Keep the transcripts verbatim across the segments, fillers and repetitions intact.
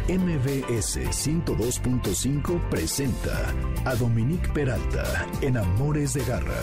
M B S ciento dos punto cinco presenta a Dominique Peralta en Amores de Garra.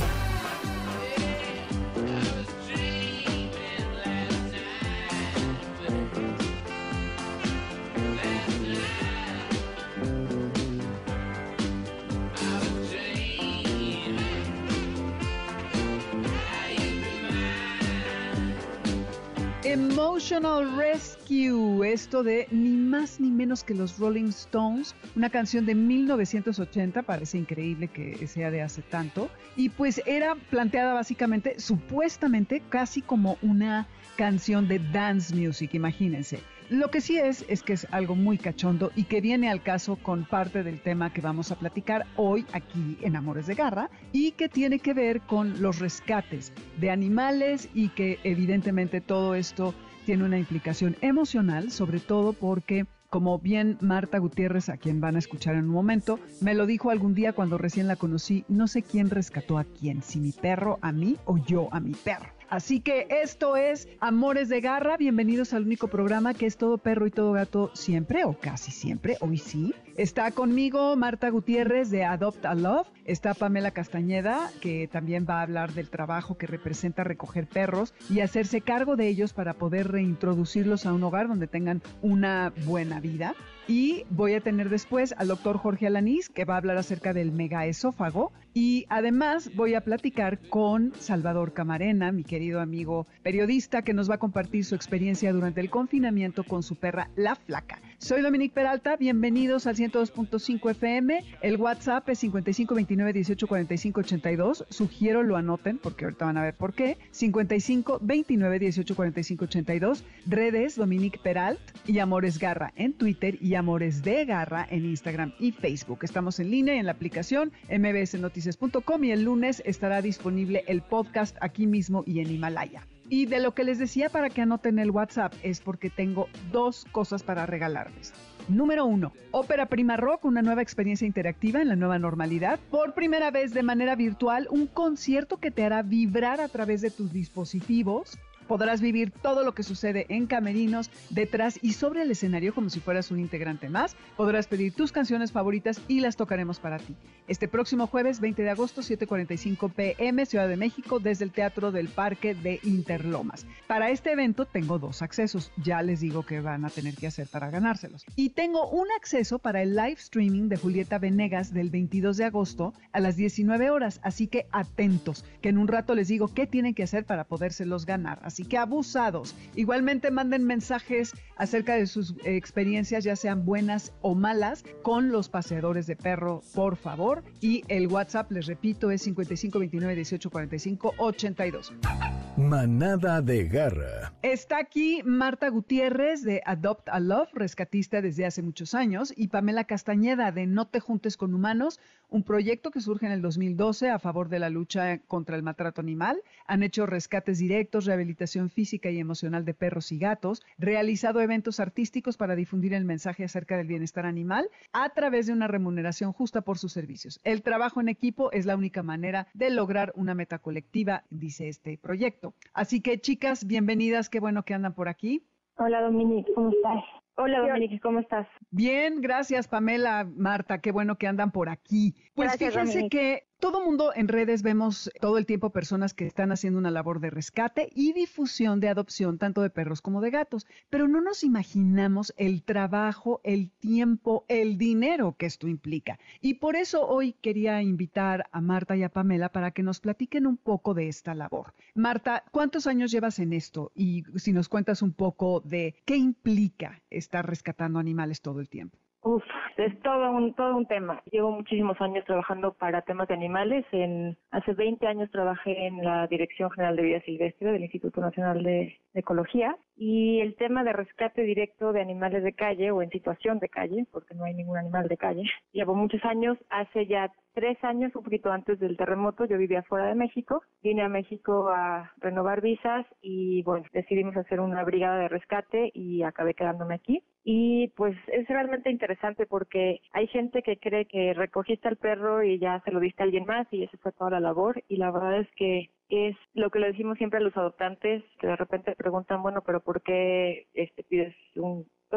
Emotional Rescue, esto de ni más ni menos que los Rolling Stones, una canción de mil novecientos ochenta, parece increíble que sea de hace tanto, y pues era planteada básicamente, supuestamente, casi como una canción de dance music, imagínense. Lo que sí es, es que es algo muy cachondo y que viene al caso con parte del tema que vamos a platicar hoy aquí en Amores de Garra y que tiene que ver con los rescates de animales y que evidentemente todo esto tiene una implicación emocional, sobre todo porque, como bien Marta Gutiérrez, a quien van a escuchar en un momento, me lo dijo algún día cuando recién la conocí, no sé quién rescató a quién, si mi perro a mí o yo a mi perro. Así que esto es Amores de Garra, bienvenidos al único programa que es todo perro y todo gato siempre o casi siempre, hoy sí. Está conmigo Marta Gutiérrez de Adopt a Love, está Pamela Castañeda, que también va a hablar del trabajo que representa recoger perros y hacerse cargo de ellos para poder reintroducirlos a un hogar donde tengan una buena vida. Y voy a tener después al doctor Jorge Alanís, que va a hablar acerca del megaesófago. Y además voy a platicar con Salvador Camarena, mi querido amigo periodista, que nos va a compartir su experiencia durante el confinamiento con su perra, La Flaca. Soy Dominique Peralta, bienvenidos al ciento dos punto cinco F M. El WhatsApp es cincuenta y cinco veintinueve dieciocho cuarenta y cinco ochenta y dos. Sugiero lo anoten, porque ahorita van a ver por qué. cincuenta y cinco veintinueve dieciocho cuarenta y cinco ochenta y dos. Redes Dominique Peralt y Amores Garra en Twitter y Amores de Garra en Instagram y Facebook. Estamos en línea y en la aplicación m b s noticias punto com y el lunes estará disponible el podcast aquí mismo y en Himalaya. Y de lo que les decía para que anoten el WhatsApp es porque tengo dos cosas para regalarles. Número uno, Ópera Prima Rock, una nueva experiencia interactiva en la nueva normalidad. Por primera vez de manera virtual, un concierto que te hará vibrar a través de tus dispositivos. Podrás vivir todo lo que sucede en camerinos, detrás y sobre el escenario como si fueras un integrante más. Podrás pedir tus canciones favoritas y las tocaremos para ti. Este próximo jueves veinte de agosto, siete cuarenta y cinco p m, Ciudad de México, desde el Teatro del Parque de Interlomas. Para este evento tengo dos accesos. Ya les digo qué van a tener que hacer para ganárselos. Y tengo un acceso para el live streaming de Julieta Venegas del veintidós de agosto a las diecinueve horas. Así que atentos, que en un rato les digo qué tienen que hacer para podérselos ganar. Así que abusados. Igualmente manden mensajes acerca de sus eh, experiencias, ya sean buenas o malas, con los paseadores de perro, por favor. Y el WhatsApp, les repito, es cincuenta y cinco veintinueve dieciocho cuarenta y cinco ochenta y dos. Manada de Garra. Está aquí Marta Gutiérrez de Adopt a Love, rescatista desde hace muchos años, y Pamela Castañeda de No te juntes con humanos, un proyecto que surge en el dos mil doce a favor de la lucha contra el maltrato animal. Han hecho rescates directos, rehabilitación física y emocional de perros y gatos, realizado eventos artísticos para difundir el mensaje acerca del bienestar animal a través de una remuneración justa por sus servicios. El trabajo en equipo es la única manera de lograr una meta colectiva, dice este proyecto. Así que, chicas, bienvenidas, qué bueno que andan por aquí. Hola, Dominique, ¿cómo estás? Hola, Dominique, ¿cómo estás? Bien, gracias, Pamela, Marta, qué bueno que andan por aquí. Pues Gracias, fíjense Dominique. que todo mundo en redes vemos todo el tiempo personas que están haciendo una labor de rescate y difusión de adopción, tanto de perros como de gatos, pero no nos imaginamos el trabajo, el tiempo, el dinero que esto implica. Y por eso hoy quería invitar a Marta y a Pamela para que nos platiquen un poco de esta labor. Marta, ¿cuántos años llevas en esto? Y si nos cuentas un poco de qué implica estar rescatando animales todo el tiempo. Uf, es todo un todo un tema. Llevo muchísimos años trabajando para temas de animales. En hace veinte años trabajé en la Dirección General de Vida Silvestre del Instituto Nacional de, de Ecología y el tema de rescate directo de animales de calle o en situación de calle, porque no hay ningún animal de calle. Llevo muchos años. Hace ya tres años, un poquito antes del terremoto, yo vivía fuera de México. Vine a México a renovar visas y bueno, decidimos hacer una brigada de rescate y acabé quedándome aquí. Y pues es realmente interesante porque hay gente que cree que recogiste al perro y ya se lo diste a alguien más y esa fue toda la labor, y la verdad es que es lo que le decimos siempre a los adoptantes, que de repente preguntan, bueno, pero ¿por qué este pides un, no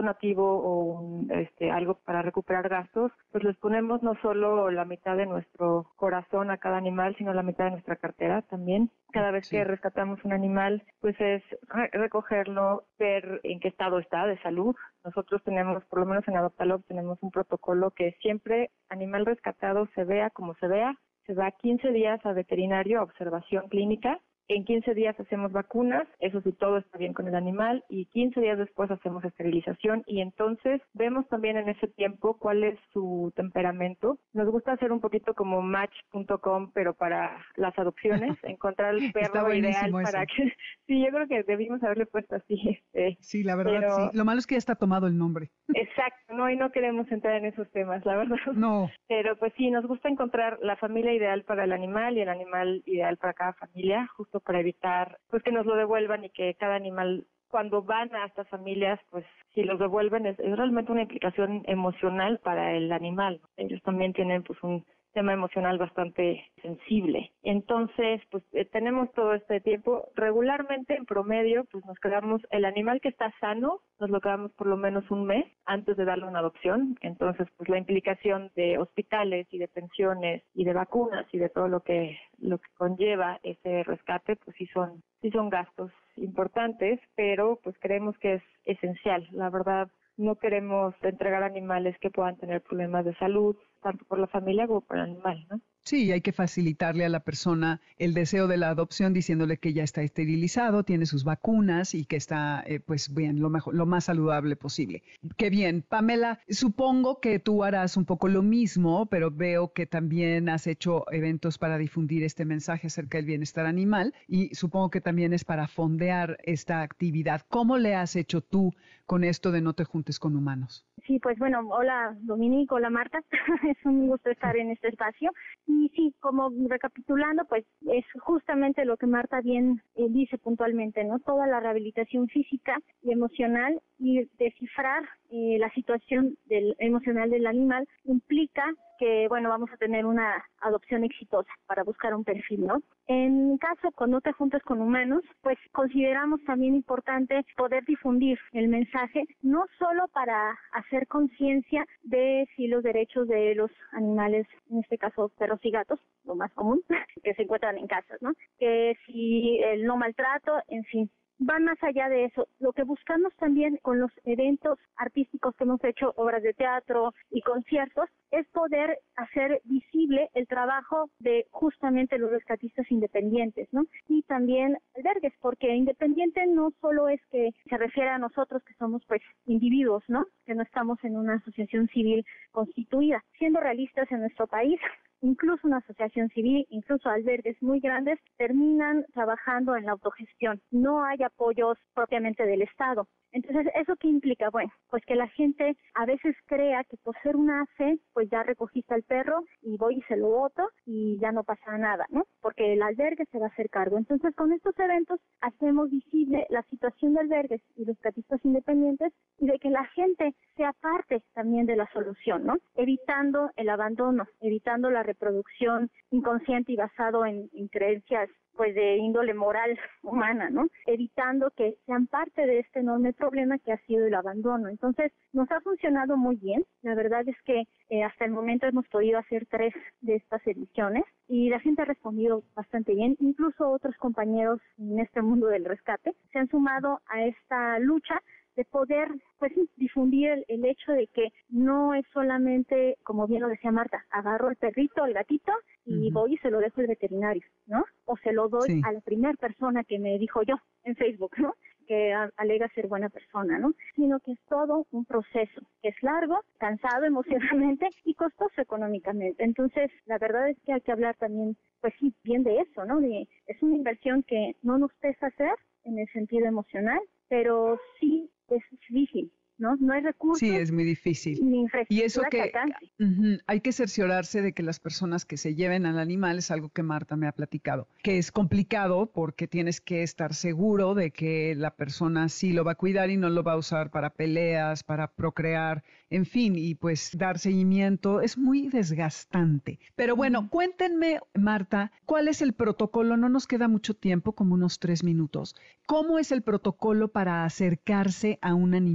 donativo o un, este, algo para recuperar gastos, pues les ponemos no solo la mitad de nuestro corazón a cada animal, sino la mitad de nuestra cartera también. Cada vez sí. que rescatamos un animal, pues es recogerlo, ver en qué estado está de salud. Nosotros tenemos, por lo menos en Adoptalog, tenemos un protocolo que siempre animal rescatado se vea como se vea, se va quince días a veterinario a observación clínica. En quince días hacemos vacunas, eso sí, todo está bien con el animal, y quince días después hacemos esterilización, y entonces vemos también en ese tiempo cuál es su temperamento. Nos gusta hacer un poquito como match punto com, pero para las adopciones, encontrar el perro ideal para eso. que... Sí, yo creo que debimos haberle puesto así. Este, sí, la verdad, pero... sí. Lo malo es que ya está tomado el nombre. Exacto, no, y no queremos entrar en esos temas, la verdad. No. Pero pues sí, nos gusta encontrar la familia ideal para el animal y el animal ideal para cada familia, justo para evitar pues que nos lo devuelvan y que cada animal, cuando van a estas familias, pues si los devuelven es, es realmente una implicación emocional para el animal. Ellos también tienen pues un tema emocional bastante sensible. Entonces, pues eh, tenemos todo este tiempo. Regularmente, en promedio, pues nos quedamos, el animal que está sano, nos lo quedamos por lo menos un mes antes de darle una adopción. Entonces, pues la implicación de hospitales y de pensiones y de vacunas y de todo lo que lo que conlleva ese rescate, pues sí son sí son gastos importantes, pero pues creemos que es esencial. La verdad, no queremos entregar animales que puedan tener problemas de salud, tanto por la familia como por el animal, ¿no? Sí, hay que facilitarle a la persona el deseo de la adopción diciéndole que ya está esterilizado, tiene sus vacunas y que está, eh, pues bien, lo mejor, lo más saludable posible. Qué bien. Pamela, supongo que tú harás un poco lo mismo, pero veo que también has hecho eventos para difundir este mensaje acerca del bienestar animal y supongo que también es para fondear esta actividad. ¿Cómo le has hecho tú con esto de No te juntes con humanos? Sí, pues bueno, hola Dominique, hola Marta, es un gusto estar en este espacio. Y sí, como recapitulando, pues es justamente lo que Marta bien eh, dice puntualmente, ¿no? Toda la rehabilitación física y emocional y descifrar eh, la situación del, emocional del animal implica que, bueno, vamos a tener una adopción exitosa para buscar un perfil, ¿no? En caso, cuando te juntas con humanos, pues consideramos también importante poder difundir el mensaje, no solo para hacer conciencia de si los derechos de los animales, en este caso perros y gatos, lo más común, que se encuentran en casas, ¿no? Que si el no maltrato, en fin. Van más allá de eso. Lo que buscamos también con los eventos artísticos que hemos hecho, obras de teatro y conciertos, es poder hacer visible el trabajo de justamente los rescatistas independientes, ¿no? Y también albergues, porque independiente no solo es que se refiere a nosotros que somos pues individuos, ¿no? Que no estamos en una asociación civil constituida. Siendo realistas en nuestro país, incluso una asociación civil, incluso albergues muy grandes, terminan trabajando en la autogestión. No hay apoyos propiamente del Estado. Entonces, ¿eso qué implica? Bueno, pues que la gente a veces crea que por ser una A C E, pues ya recogiste al perro y voy y se lo boto y ya no pasa nada, ¿no? Porque el albergue se va a hacer cargo. Entonces, con estos eventos hacemos visible la situación de albergues y rescatistas independientes y de que la gente sea parte también de la solución, ¿no? Evitando el abandono, evitando la reproducción inconsciente y basado en, en creencias pues de índole moral humana, ¿no? Evitando que sean parte de este enorme problema que ha sido el abandono. Entonces, nos ha funcionado muy bien. La verdad es que eh, hasta el momento hemos podido hacer tres de estas ediciones y la gente ha respondido bastante bien. Incluso otros compañeros en este mundo del rescate se han sumado a esta lucha de poder, pues, difundir el, el hecho de que no es solamente, como bien lo decía Marta, agarro al perrito, al gatito y uh-huh. voy y se lo dejo al veterinario, ¿no? O se lo doy sí. a la primera persona que me dijo yo en Facebook, ¿no? Que a, alega ser buena persona, ¿no? Sino que es todo un proceso, que es largo, cansado emocionalmente y costoso económicamente. Entonces, la verdad es que hay que hablar también, pues sí, bien de eso, ¿no? De, es una inversión que no nos pesa hacer en el sentido emocional, pero sí es difícil, ¿no? No hay recursos. Sí, es muy difícil. Ni infraestructura y eso que, que uh-huh, hay que cerciorarse de que las personas que se lleven al animal, es algo que Marta me ha platicado, que es complicado porque tienes que estar seguro de que la persona sí lo va a cuidar y no lo va a usar para peleas, para procrear, en fin, y pues dar seguimiento es muy desgastante. Pero bueno, uh-huh. cuéntenme, Marta, ¿cuál es el protocolo? No nos queda mucho tiempo, como unos tres minutos. ¿Cómo es el protocolo para acercarse a un animal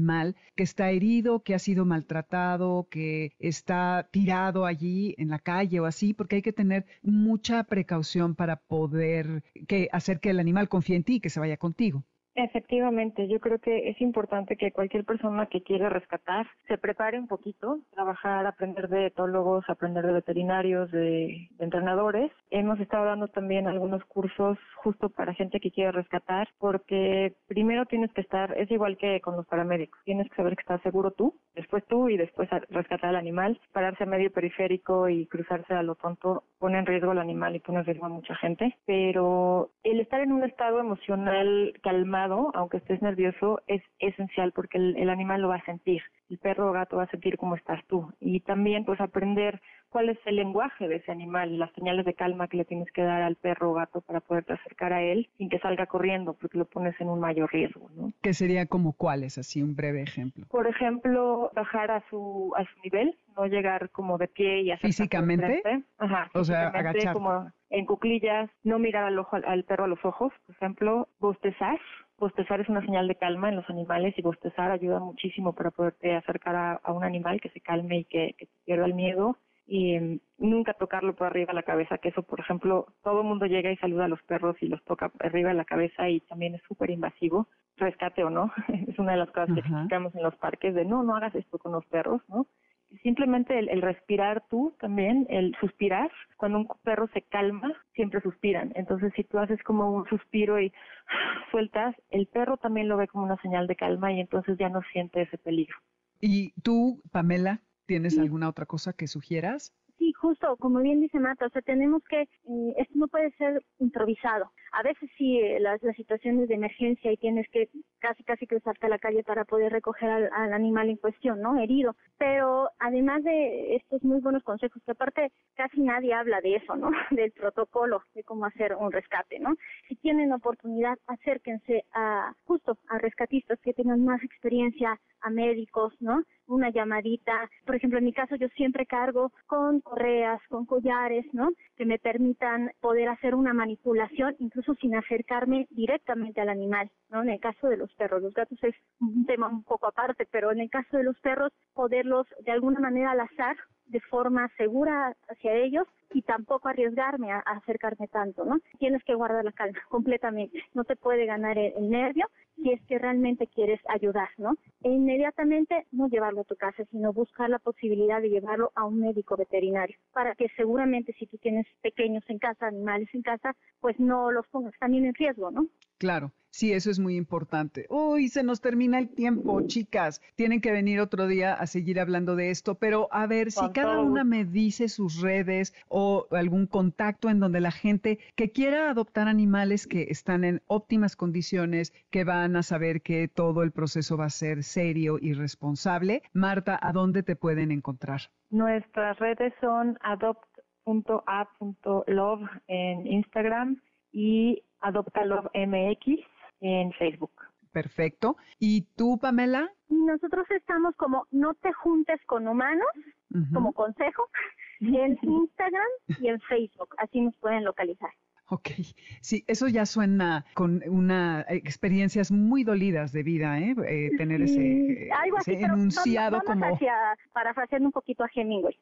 que está herido, que ha sido maltratado, que está tirado allí en la calle o así, porque hay que tener mucha precaución para poder que, hacer que el animal confíe en ti y que se vaya contigo. Efectivamente, yo creo que es importante que cualquier persona que quiera rescatar se prepare un poquito, trabajar, aprender de etólogos, aprender de veterinarios, de, de entrenadores. Hemos estado dando también algunos cursos justo para gente que quiere rescatar, porque primero tienes que estar, es igual que con los paramédicos, tienes que saber que estás seguro tú, después tú y después rescatar al animal. Pararse a medio periférico y cruzarse a lo tonto pone en riesgo al animal y pone en riesgo a mucha gente, pero el estar en un estado emocional calmado, aunque estés nervioso, es esencial porque el, el animal lo va a sentir, el perro o gato va a sentir cómo estás tú, y también pues aprender cuál es el lenguaje de ese animal, las señales de calma que le tienes que dar al perro o gato para poderte acercar a él sin que salga corriendo, porque lo pones en un mayor riesgo, ¿no? ¿Qué sería como cuáles? Así un breve ejemplo. Por ejemplo, bajar a su a su nivel, no llegar como de pie y hacer físicamente, ajá, o sea, físicamente, agachar, como en cuclillas, no mirar al ojo al, al perro a los ojos, por ejemplo, bostezar. Bostezar es una señal de calma en los animales y bostezar ayuda muchísimo para poderte acercar a, a un animal que se calme y que, que pierda el miedo. Y um, nunca tocarlo por arriba de la cabeza, que eso, por ejemplo, todo el mundo llega y saluda a los perros y los toca arriba de la cabeza y también es súper invasivo, rescate o no, es una de las cosas que explicamos en los parques de no, no hagas esto con los perros, ¿no? Simplemente el, el respirar tú también, el suspirar, cuando un perro se calma, siempre suspiran, entonces si tú haces como un suspiro y sueltas, el perro también lo ve como una señal de calma y entonces ya no siente ese peligro. ¿Y tú, Pamela, tienes sí. alguna otra cosa que sugieras? Sí, justo, como bien dice Marta, o sea, tenemos que, eh, esto no puede ser improvisado. A veces sí, eh, las, las situaciones de emergencia y tienes que casi casi cruzarte a la calle para poder recoger al, al animal en cuestión, ¿no? Herido. Pero además de estos muy buenos consejos, que aparte casi nadie habla de eso, ¿no? Del protocolo, de cómo hacer un rescate, ¿no? Si tienen oportunidad, acérquense a, justo, a rescatistas que tengan más experiencia, a médicos, ¿no? Una llamadita. Por ejemplo, en mi caso yo siempre cargo con correas, con collares, ¿no? Que me permitan poder hacer una manipulación, incluso sin acercarme directamente al animal, ¿no? En el caso de los perros, los gatos es un tema un poco aparte, pero en el caso de los perros, poderlos de alguna manera al azar, de forma segura hacia ellos y tampoco arriesgarme a, a acercarme tanto, ¿no? Tienes que guardar la calma completamente, no te puede ganar el, el nervio si es que realmente quieres ayudar, ¿no? E inmediatamente no llevarlo a tu casa, sino buscar la posibilidad de llevarlo a un médico veterinario, para que seguramente si tú tienes pequeños en casa, animales en casa, pues no los pongas también en riesgo, ¿no? Claro, sí, eso es muy importante. Uy, se nos termina el tiempo, chicas. Tienen que venir otro día a seguir hablando de esto, pero a ver, si cada una me dice sus redes o algún contacto en donde la gente que quiera adoptar animales que están en óptimas condiciones, que van a saber que todo el proceso va a ser serio y responsable. Marta, ¿a dónde te pueden encontrar? Nuestras redes son adopt punto a punto love en Instagram y AdoptaLove M X en Facebook. Perfecto. ¿Y tú, Pamela? Nosotros estamos como No Te Juntes con Humanos, uh-huh. como consejo, en Instagram y en Facebook. Así nos pueden localizar. Ok, sí, eso ya suena con una experiencias muy dolidas de vida, ¿eh? eh tener sí, ese, algo así, ese enunciado vamos, vamos como... Hacia, parafraseando un poquito a Hemingway.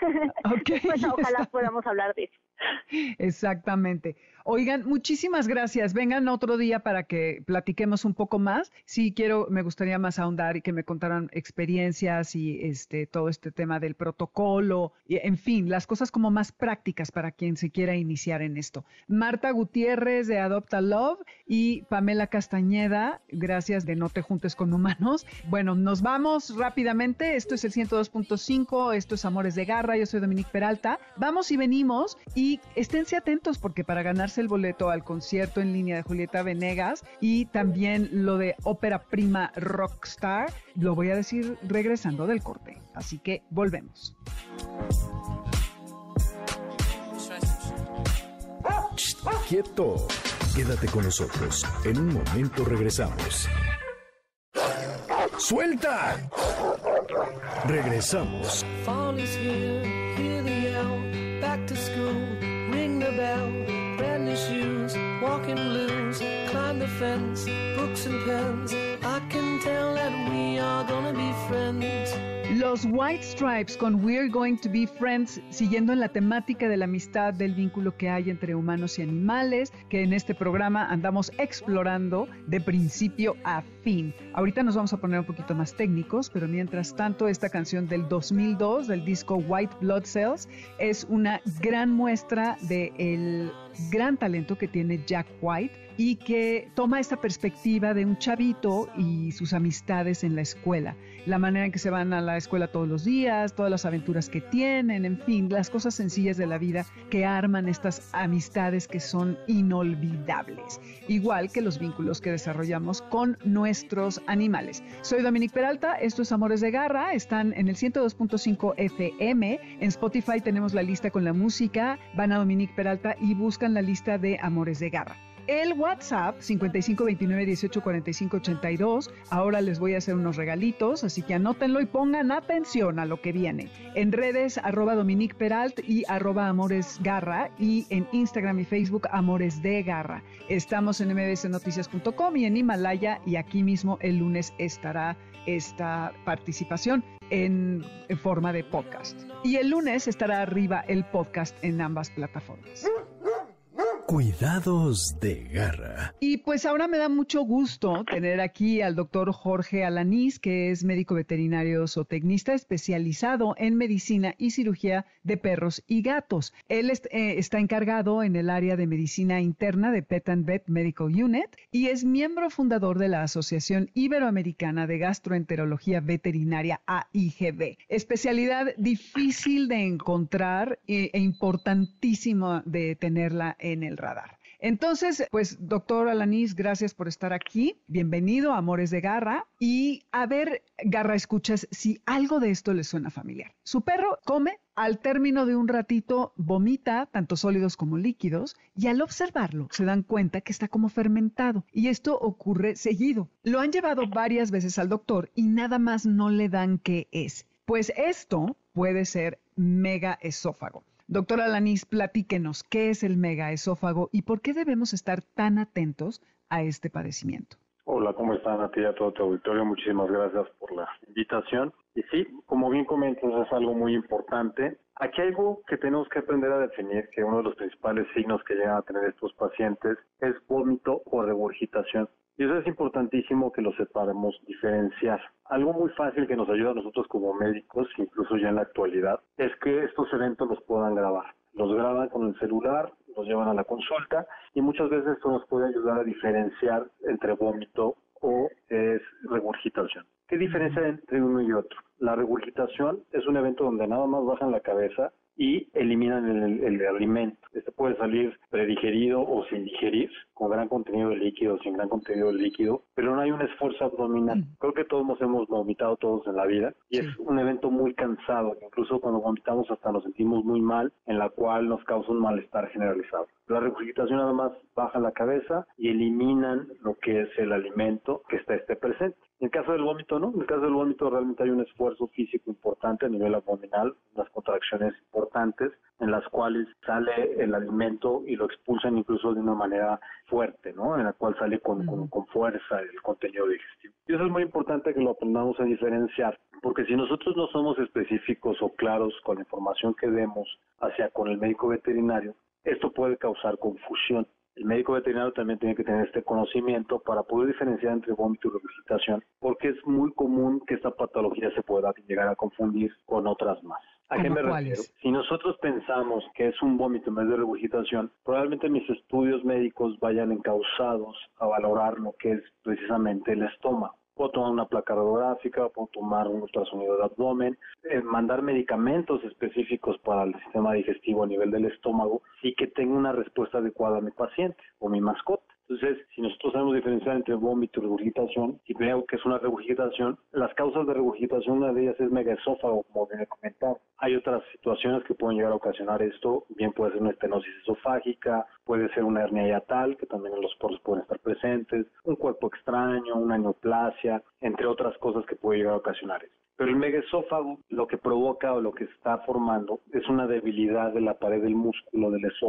Okay, pues ojalá está... podamos hablar de eso. Exactamente. Oigan, muchísimas gracias. Vengan otro día para que platiquemos un poco más. Sí, quiero, me gustaría más ahondar y que me contaran experiencias y este todo este tema del protocolo, y, en fin, las cosas como más prácticas para quien se quiera iniciar en esto. Marta Gutiérrez de AdoptaLove y Pamela Castañeda, gracias de No Te Juntes con Humanos. Bueno, nos vamos rápidamente. Esto es el ciento dos punto cinco, esto es Amores de Garra, yo soy Dominique Peralta. Vamos y venimos y esténse atentos porque para ganarse el boleto al concierto en línea de Julieta Venegas y también lo de Ópera Prima Rockstar, lo voy a decir regresando del corte. Así que volvemos. Quieto. Quédate con nosotros. En un momento regresamos. ¡Suelta! Regresamos. Fall is here, hear the yell, back to school, ring the bell, brand new shoes, walking blues, climb the fence, books and pens, I can tell that we are gonna be Los White Stripes con We're Going to Be Friends, siguiendo en la temática de la amistad, del vínculo que hay entre humanos y animales, que en este programa andamos explorando de principio a fin. Ahorita nos vamos a poner un poquito más técnicos, pero mientras tanto esta canción del dos mil dos, del disco White Blood Cells, es una gran muestra del gran talento que tiene Jack White y que toma esta perspectiva de un chavito y sus amistades en la escuela, la manera en que se van a la escuela todos los días, todas las aventuras que tienen, en fin, las cosas sencillas de la vida que arman estas amistades que son inolvidables, igual que los vínculos que desarrollamos con nuestros animales. Soy Dominique Peralta, esto es Amores de Garra, están en el ciento dos punto cinco F M, en Spotify tenemos la lista con la música, van a Dominique Peralta y buscan la lista de Amores de Garra. El WhatsApp, cincuenta y cinco veintinueve dieciocho cuarenta y cinco ochenta y dos. Ahora les voy a hacer unos regalitos, así que anótenlo y pongan atención a lo que viene. En redes, arroba Dominique Peralt y arroba Amores Garra, y en Instagram y Facebook, Amores de Garra. Estamos en m b s noticias punto com y en Himalaya, y aquí mismo el lunes estará esta participación en, en forma de podcast. Y el lunes estará arriba el podcast en ambas plataformas. Cuidados de Garra. Y pues ahora me da mucho gusto tener aquí al doctor Jorge Alanís, que es médico veterinario zootecnista especializado en medicina y cirugía de perros y gatos. Él est- eh, está encargado en el área de medicina interna de Pet and Vet Medical Unit y es miembro fundador de la Asociación Iberoamericana de Gastroenterología Veterinaria, A I G V. Especialidad difícil de encontrar e, e importantísima de tenerla en el radar. Entonces, pues, doctor Alanís, gracias por estar aquí. Bienvenido a Amores de Garra. Y a ver, Garra escuchas, si algo de esto le suena familiar. Su perro come, al término de un ratito vomita, tanto sólidos como líquidos, y al observarlo se dan cuenta que está como fermentado. Y esto ocurre seguido. Lo han llevado varias veces al doctor y nada más no le dan qué es. Pues esto puede ser megaesófago. Doctor Alanís, platíquenos, ¿qué es el megaesófago y por qué debemos estar tan atentos a este padecimiento? Hola, ¿cómo están a ti y a todo tu auditorio? Muchísimas gracias por la invitación. Y sí, como bien comentas, es algo muy importante. Aquí hay algo que tenemos que aprender a definir, que uno de los principales signos que llegan a tener estos pacientes es vómito o regurgitación. Y eso es importantísimo que lo sepamos diferenciar. Algo muy fácil que nos ayuda a nosotros como médicos, incluso ya en la actualidad, es que estos eventos los puedan grabar. Los graban con el celular, los llevan a la consulta y muchas veces esto nos puede ayudar a diferenciar entre vómito o es regurgitación. ¿Qué diferencia hay entre uno y otro? La regurgitación es un evento donde nada más bajan la cabeza y eliminan el, el, el alimento. Este puede salir predigerido o sin digerir, con gran contenido de líquido, sin gran contenido de líquido, pero no hay un esfuerzo abdominal. Creo que todos nos hemos vomitado todos en la vida y es un evento muy cansado, incluso cuando vomitamos hasta nos sentimos muy mal, en la cual nos causa un malestar generalizado. La regurgitación nada más baja la cabeza y eliminan lo que es el alimento que está esté presente. En el caso del vómito, no. En el caso del vómito realmente hay un esfuerzo físico importante a nivel abdominal, unas contracciones importantes en las cuales sale el alimento y lo expulsan incluso de una manera fuerte, ¿no? En la cual sale con, con, con fuerza el contenido digestivo. Y eso es muy importante que lo aprendamos a diferenciar, porque si nosotros no somos específicos o claros con la información que demos hacia con el médico veterinario, esto puede causar confusión. El médico veterinario también tiene que tener este conocimiento para poder diferenciar entre vómito y regurgitación, porque es muy común que esta patología se pueda llegar a confundir con otras más. ¿A qué me refiero? Si nosotros pensamos que es un vómito en vez de regurgitación, probablemente mis estudios médicos vayan encausados a valorar lo que es precisamente el estómago. Puedo tomar una placa radiográfica, puedo tomar un ultrasonido de abdomen, eh, mandar medicamentos específicos para el sistema digestivo a nivel del estómago y que tenga una respuesta adecuada a mi paciente o mi mascota. Entonces, si nosotros sabemos diferenciar entre vómito y regurgitación, y veo que es una regurgitación, las causas de regurgitación, una de ellas es megaesófago, como bien he comentado. Hay otras situaciones que pueden llegar a ocasionar esto, bien puede ser una estenosis esofágica, puede ser una hernia hiatal, que también en los poros pueden estar presentes, un cuerpo extraño, una neoplasia, entre otras cosas que puede llegar a ocasionar esto. Pero el megaesófago lo que provoca o lo que está formando es una debilidad de la pared del músculo del esófago.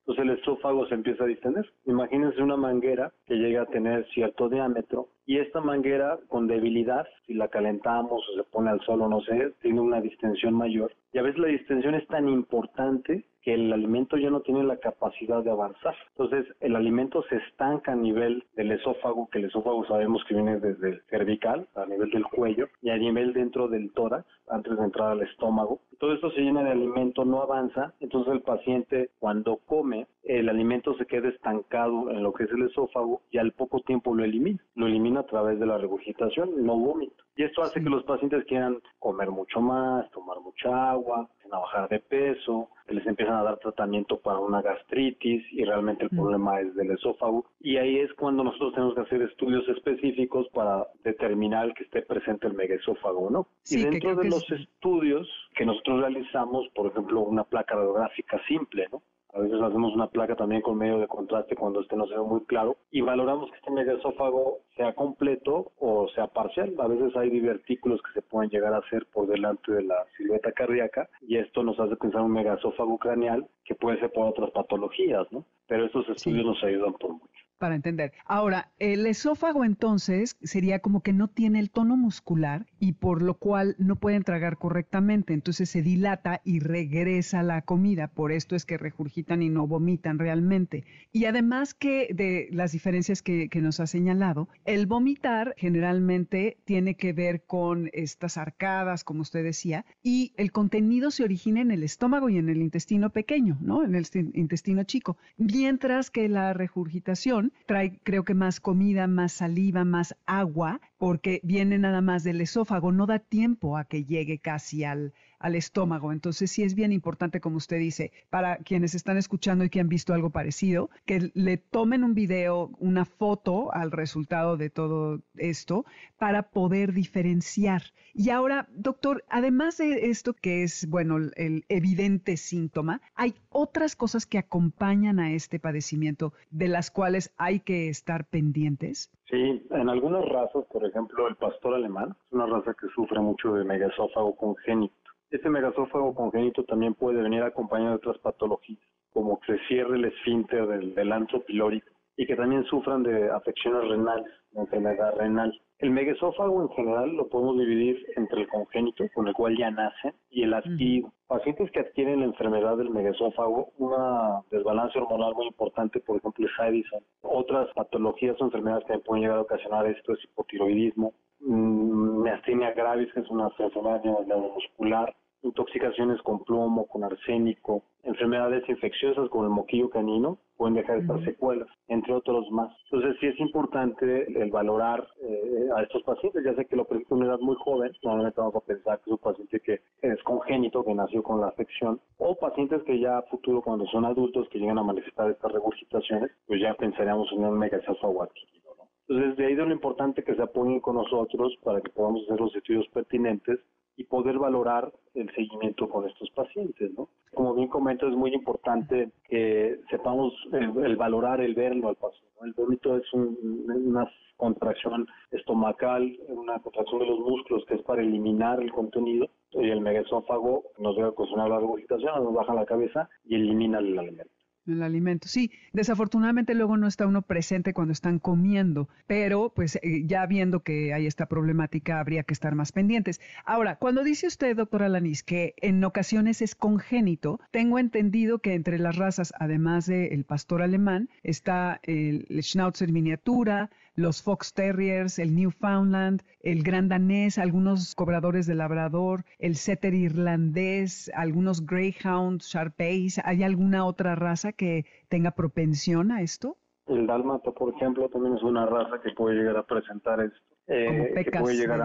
entonces el esófago se empieza a distender. Imagínense una manguera que llega a tener cierto diámetro y esta manguera con debilidad, si la calentamos o se pone al sol o no sé, tiene una distensión mayor y a veces la distensión es tan importante que el alimento ya no tiene la capacidad de avanzar. Entonces, el alimento se estanca a nivel del esófago, que el esófago sabemos que viene desde el cervical, a nivel del cuello, y a nivel dentro del tórax, antes de entrar al estómago. Todo esto se llena de alimento, no avanza, entonces el paciente cuando come, el alimento se queda estancado en lo que es el esófago y al poco tiempo lo elimina. Lo elimina a través de la regurgitación, no vómito. Y esto hace que los pacientes quieran comer mucho más, tomar mucha agua, a bajar de peso, que les empiezan a dar tratamiento para una gastritis y realmente el mm. problema es del esófago. Y ahí es cuando nosotros tenemos que hacer estudios específicos para determinar que esté presente el megaesófago, ¿no? Sí, y dentro que de los es... estudios que nosotros realizamos, por ejemplo, una placa radiográfica simple, ¿no? A veces hacemos una placa también con medio de contraste cuando este no se ve muy claro y valoramos que este megaesófago sea completo o sea parcial. A veces hay divertículos que se pueden llegar a hacer por delante de la silueta cardíaca y esto nos hace pensar un megaesófago craneal que puede ser por otras patologías, ¿no? Pero estos estudios sí. nos ayudan por mucho. Para entender. Ahora, el esófago entonces sería como que no tiene el tono muscular y por lo cual no pueden tragar correctamente, entonces se dilata y regresa la comida, por esto es que regurgitan y no vomitan realmente. Y además que de las diferencias que, que nos ha señalado, el vomitar generalmente tiene que ver con estas arcadas, como usted decía, y el contenido se origina en el estómago y en el intestino pequeño, ¿no? En el intestino chico, mientras que la regurgitación trae, creo que más comida, más saliva, más agua, porque viene nada más del esófago, no da tiempo a que llegue casi al, al estómago. Entonces sí es bien importante, como usted dice, para quienes están escuchando y que han visto algo parecido, que le tomen un video, una foto al resultado de todo esto para poder diferenciar. Y ahora, doctor, además de esto que es, bueno, el evidente síntoma, hay otras cosas que acompañan a este padecimiento de las cuales hay que estar pendientes. Sí, en algunas razas, por ejemplo, el pastor alemán, es una raza que sufre mucho de megaesófago congénito. Este megaesófago congénito también puede venir acompañado de otras patologías, como que se cierre el esfínter del, del antro pilórico y que también sufran de afecciones renales, de enfermedad renal. El megaesófago en general lo podemos dividir entre el congénito, con el cual ya nace, y el adquirido. Uh-huh. Pacientes que adquieren la enfermedad del megaesófago, una desbalance hormonal muy importante, por ejemplo, es Addison. Otras patologías o enfermedades que pueden llegar a ocasionar esto es hipotiroidismo, mmm, miastenia gravis, que es una enfermedad neuromuscular, intoxicaciones con plomo, con arsénico, enfermedades infecciosas como el moquillo canino, pueden dejar estas uh-huh. secuelas, entre otros más. Entonces sí es importante el valorar eh, a estos pacientes, ya sé que lo presenta a una edad muy joven, normalmente vamos a pensar que es un paciente que es congénito, que nació con la afección, o pacientes que ya a futuro, cuando son adultos, que llegan a manifestar estas regurgitaciones, pues ya pensaríamos en un megaesófago adquirido, ¿no? Entonces de ahí de lo importante que se apoyen con nosotros para que podamos hacer los estudios pertinentes y poder valorar el seguimiento con estos pacientes, ¿no? Como bien comento, es muy importante que sepamos el, el valorar, el verlo al paciente, ¿no? El vómito es un, una contracción estomacal, una contracción de los músculos que es para eliminar el contenido, y el megaesófago nos debe ocasionar la regurgitación, nos baja la cabeza y elimina el alimento. El alimento, sí. Desafortunadamente luego no está uno presente cuando están comiendo, pero pues eh, ya viendo que hay esta problemática habría que estar más pendientes. Ahora, cuando dice usted, doctora Alanis, que en ocasiones es congénito, tengo entendido que entre las razas, además del pastor alemán, está el, el Schnauzer miniatura, los Fox Terriers, el Newfoundland, el Gran Danés, algunos cobradores de labrador, el Setter irlandés, algunos Greyhound, Sharpeis. ¿Hay alguna otra raza que tenga propensión a esto? El dálmata, por ejemplo, también es una raza que puede llegar a presentar esto. Eh, como Pecas, que puede llegar a,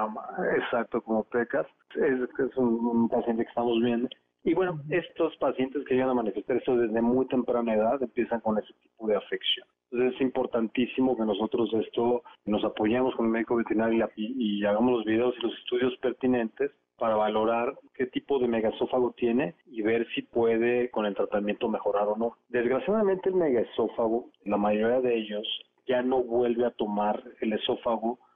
a, exacto, como Pecas. Es, es un, un paciente que estamos viendo. Y bueno, uh-huh. estos pacientes que llegan a manifestar esto desde muy temprana edad empiezan con ese tipo de afección. Entonces es importantísimo que nosotros esto nos apoyemos con el médico veterinario y, y hagamos los videos y los estudios pertinentes para valorar qué tipo de megaesófago tiene y ver si puede con el tratamiento mejorar o no. Desgraciadamente el megaesófago, la mayoría de ellos ya no vuelve a tomar el esófago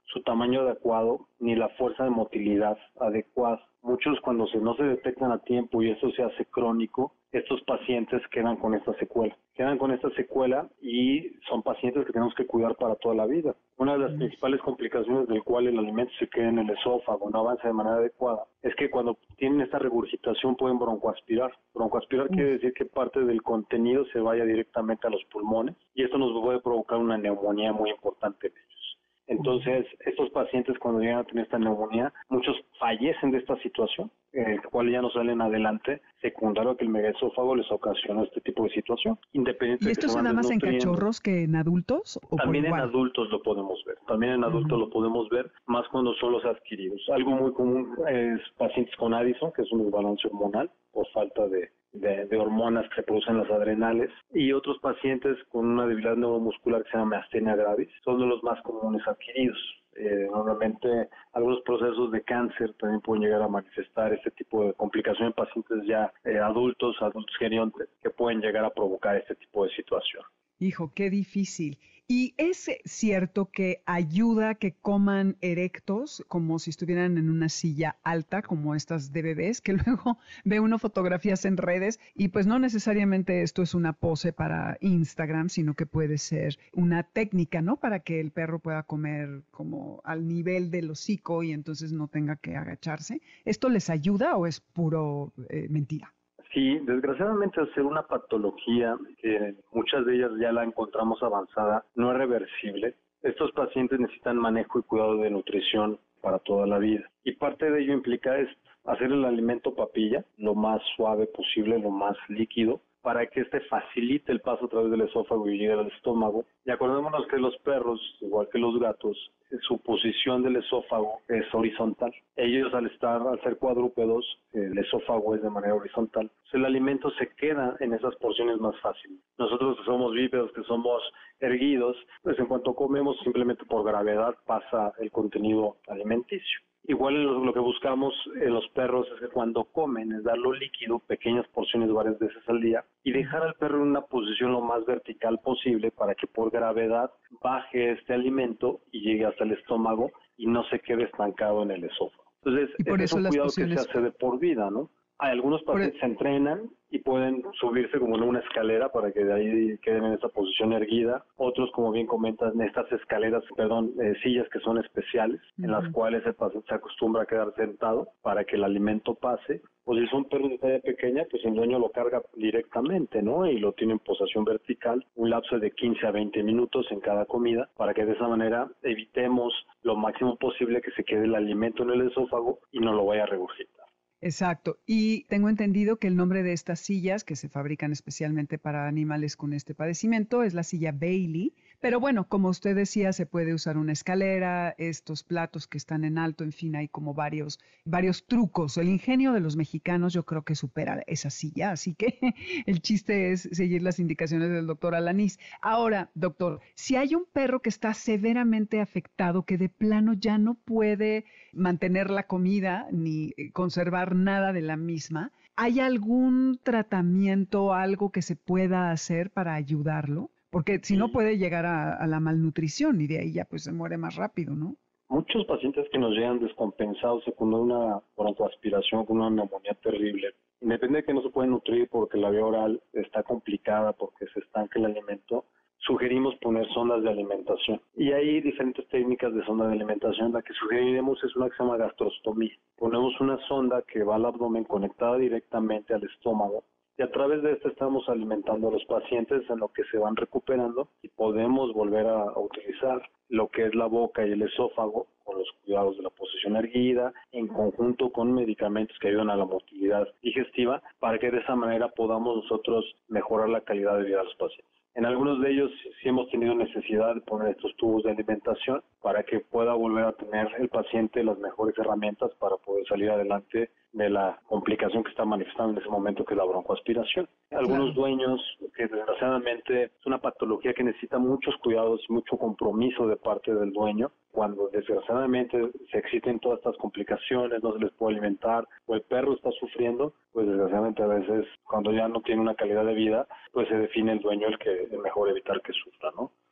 su tamaño adecuado ni la fuerza de motilidad adecuada. Muchos cuando se, no se detectan a tiempo y esto se hace crónico, estos pacientes quedan con esta secuela. Quedan con esta secuela y son pacientes que tenemos que cuidar para toda la vida. Una de las principales complicaciones del cual el alimento se queda en el esófago, no avanza de manera adecuada, es que cuando tienen esta regurgitación pueden broncoaspirar. Broncoaspirar uh. quiere decir que parte del contenido se vaya directamente a los pulmones y esto nos puede provocar una neumonía muy importante en ellos. Entonces, estos pacientes cuando llegan a tener esta neumonía, muchos fallecen de esta situación, eh, el cual ya no salen adelante, secundario a que el megaesófago les ocasiona este tipo de situación. Independiente ¿Y esto de que se da más en cachorros que en adultos? ¿O También por en adultos lo podemos ver, también en adultos uh-huh. lo podemos ver, más cuando son los adquiridos. Algo muy común es pacientes con Addison, que es un desbalance hormonal por falta de De, de hormonas que se producen las adrenales, y otros pacientes con una debilidad neuromuscular que se llama miastenia gravis, son de los más comunes adquiridos. Eh, normalmente algunos procesos de cáncer también pueden llegar a manifestar este tipo de complicación en pacientes ya eh, adultos, adultos geriontes, que pueden llegar a provocar este tipo de situación. Hijo, qué difícil. ¿Y es cierto que ayuda a que coman erectos, como si estuvieran en una silla alta, como estas de bebés, que luego ve uno fotografías en redes y pues no necesariamente esto es una pose para Instagram, sino que puede ser una técnica, ¿no? Para que el perro pueda comer como al nivel del hocico y entonces no tenga que agacharse. ¿Esto les ayuda o es puro eh, mentira? Sí, desgraciadamente al ser una patología que muchas de ellas ya la encontramos avanzada, no es reversible. Estos pacientes necesitan manejo y cuidado de nutrición para toda la vida. Y parte de ello implica esto, hacer el alimento papilla lo más suave posible, lo más líquido, para que este facilite el paso a través del esófago y llegue al estómago. Y acordémonos que los perros, igual que los gatos, su posición del esófago es horizontal. Ellos al estar, al ser cuadrúpedos, el esófago es de manera horizontal. El alimento se queda en esas porciones más fácil. Nosotros que somos bípedos, que somos erguidos, pues en cuanto comemos simplemente por gravedad pasa el contenido alimenticio. Igual lo, lo que buscamos en los perros es que cuando comen es darlo líquido, pequeñas porciones varias veces al día, y dejar al perro en una posición lo más vertical posible para que por gravedad baje este alimento y llegue hasta el estómago y no se quede estancado en el esófago. Entonces, este es un cuidado posiciones... que se hace de por vida, ¿no? Hay algunos pacientes que se entrenan y pueden subirse como en una escalera para que de ahí queden en esta posición erguida. Otros, como bien comentan, estas escaleras, perdón, eh, sillas que son especiales, uh-huh. en las cuales el paciente se acostumbra a quedar sentado para que el alimento pase. O si son perros de talla pequeña, pues el dueño lo carga directamente, ¿no? Y lo tiene en posición vertical, un lapso de quince a veinte minutos en cada comida, para que de esa manera evitemos lo máximo posible que se quede el alimento en el esófago y no lo vaya a regurgitar. Exacto. Y tengo entendido que el nombre de estas sillas, que se fabrican especialmente para animales con este padecimiento, es la silla Bailey. Pero bueno, como usted decía, se puede usar una escalera, estos platos que están en alto, en fin, hay como varios, varios trucos. El ingenio de los mexicanos yo creo que supera esa silla, así que el chiste es seguir las indicaciones del doctor Alanís. Ahora, doctor, si hay un perro que está severamente afectado, que de plano ya no puede mantener la comida ni conservar nada de la misma, ¿hay algún tratamiento, algo que se pueda hacer para ayudarlo? Porque si no puede llegar a, a la malnutrición y de ahí ya pues se muere más rápido, ¿no? Muchos pacientes que nos llegan descompensados secundando una broncoaspiración con una neumonía terrible, independientemente de que no se pueden nutrir porque la vía oral está complicada, porque se estanca el alimento, sugerimos poner sondas de alimentación. Y hay diferentes técnicas de sonda de alimentación. La que sugeriremos es una que se llama gastrostomía. Ponemos una sonda que va al abdomen conectada directamente al estómago y a través de esta estamos alimentando a los pacientes en lo que se van recuperando y podemos volver a, a utilizar lo que es la boca y el esófago con los cuidados de la posición erguida en conjunto con medicamentos que ayudan a la motilidad digestiva para que de esa manera podamos nosotros mejorar la calidad de vida de los pacientes. En algunos de ellos sí hemos tenido necesidad de poner estos tubos de alimentación para que pueda volver a tener el paciente las mejores herramientas para poder salir adelante de la complicación que está manifestando en ese momento, que es la broncoaspiración. Algunos dueños, que desgraciadamente es una patología que necesita muchos cuidados y mucho compromiso de parte del dueño, cuando desgraciadamente se existen todas estas complicaciones, no se les puede alimentar o el perro está sufriendo, pues desgraciadamente a veces cuando ya no tiene una calidad de vida, pues se define el dueño el que es mejor evitar que sufra, ¿no?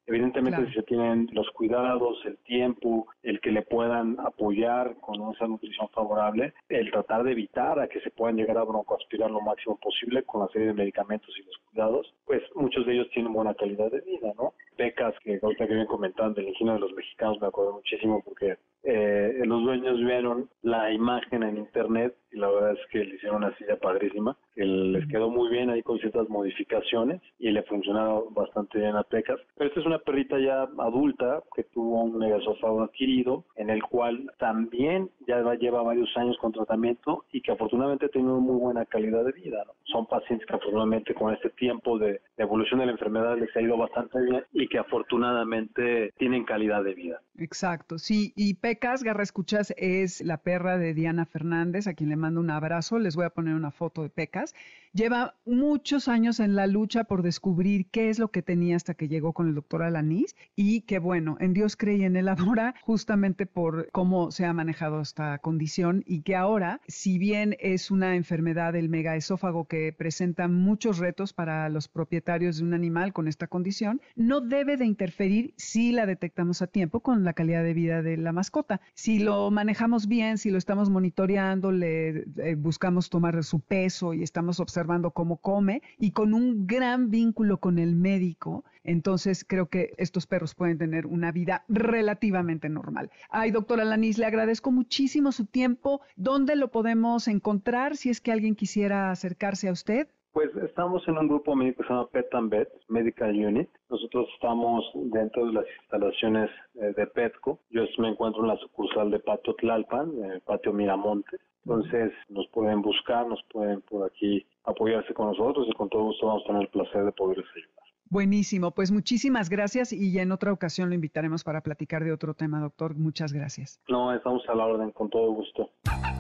Evidentemente, Claro. si se tienen los cuidados, el tiempo, el que le puedan apoyar con esa nutrición favorable, el tratar de evitar a que se puedan llegar a broncoaspirar lo máximo posible con la serie de medicamentos y los cuidados, pues muchos de ellos tienen buena calidad de vida, ¿no? Becas, que ahorita que bien comentaban del ingenio de los mexicanos, me acuerdo muchísimo porque eh, los dueños vieron la imagen en internet y la verdad es que le hicieron una silla padrísima, que les quedó muy bien ahí con ciertas modificaciones y le funcionaron bastante bien a Pecas. Pero esta es una perrita ya adulta que tuvo un megaesófago adquirido, en el cual también ya lleva varios años con tratamiento y que afortunadamente ha tenido muy buena calidad de vida, ¿no? Son pacientes que afortunadamente con este tiempo de, de evolución de la enfermedad les ha ido bastante bien y que afortunadamente tienen calidad de vida. Exacto, sí, y Pecas, Garra Escuchas, es la perra de Diana Fernández, a quien le mando un abrazo. Les voy a poner una foto de Pecas. Lleva muchos años en la lucha por descubrir qué es lo que tenía hasta que llegó con el doctor Alanís y que bueno, en Dios cree y en él adora, justamente por cómo se ha manejado esta condición y que ahora, si bien es una enfermedad del megaesófago que presenta muchos retos para los propietarios de un animal con esta condición, no debe de interferir si la detectamos a tiempo con la calidad de vida de la mascota. Si lo manejamos bien, si lo estamos monitoreando, le eh, buscamos tomar su peso y estamos observando cómo come y con un gran vínculo con el médico, entonces creo que estos perros pueden tener una vida relativamente normal. Ay, doctora Alanís, le agradezco muchísimo su tiempo. ¿Dónde lo podemos encontrar si es que alguien quisiera acercarse a usted? Pues estamos en un grupo médico que se llama Pet and Vet, Medical Unit. Nosotros estamos dentro de las instalaciones eh, de Petco. Yo me encuentro en la sucursal de Patio Tlalpan, eh, Patio Miramontes. Entonces nos pueden buscar, nos pueden por aquí apoyarse con nosotros y con todo gusto vamos a tener el placer de poderles ayudar. Buenísimo, pues muchísimas gracias y ya en otra ocasión lo invitaremos para platicar de otro tema, doctor. Muchas gracias. No, estamos a la orden, con todo gusto.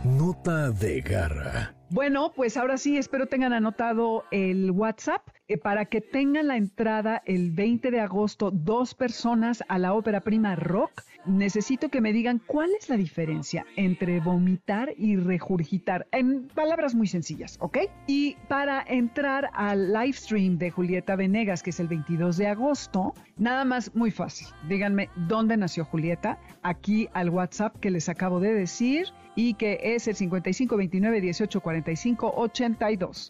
Nota de garra. Bueno, pues ahora sí, espero tengan anotado el WhatsApp eh, para que tengan la entrada el veinte de agosto, dos personas a la ópera prima Rock. Necesito que me digan cuál es la diferencia entre vomitar y regurgitar, en palabras muy sencillas, ¿ok? Y para entrar al live stream de Julieta Venegas, que es el veintidós de agosto, nada más muy fácil. Díganme dónde nació Julieta, aquí al WhatsApp que les acabo de decir y que es el cincuenta y cinco veintinueve dieciocho cuarenta y cinco ochenta y dos.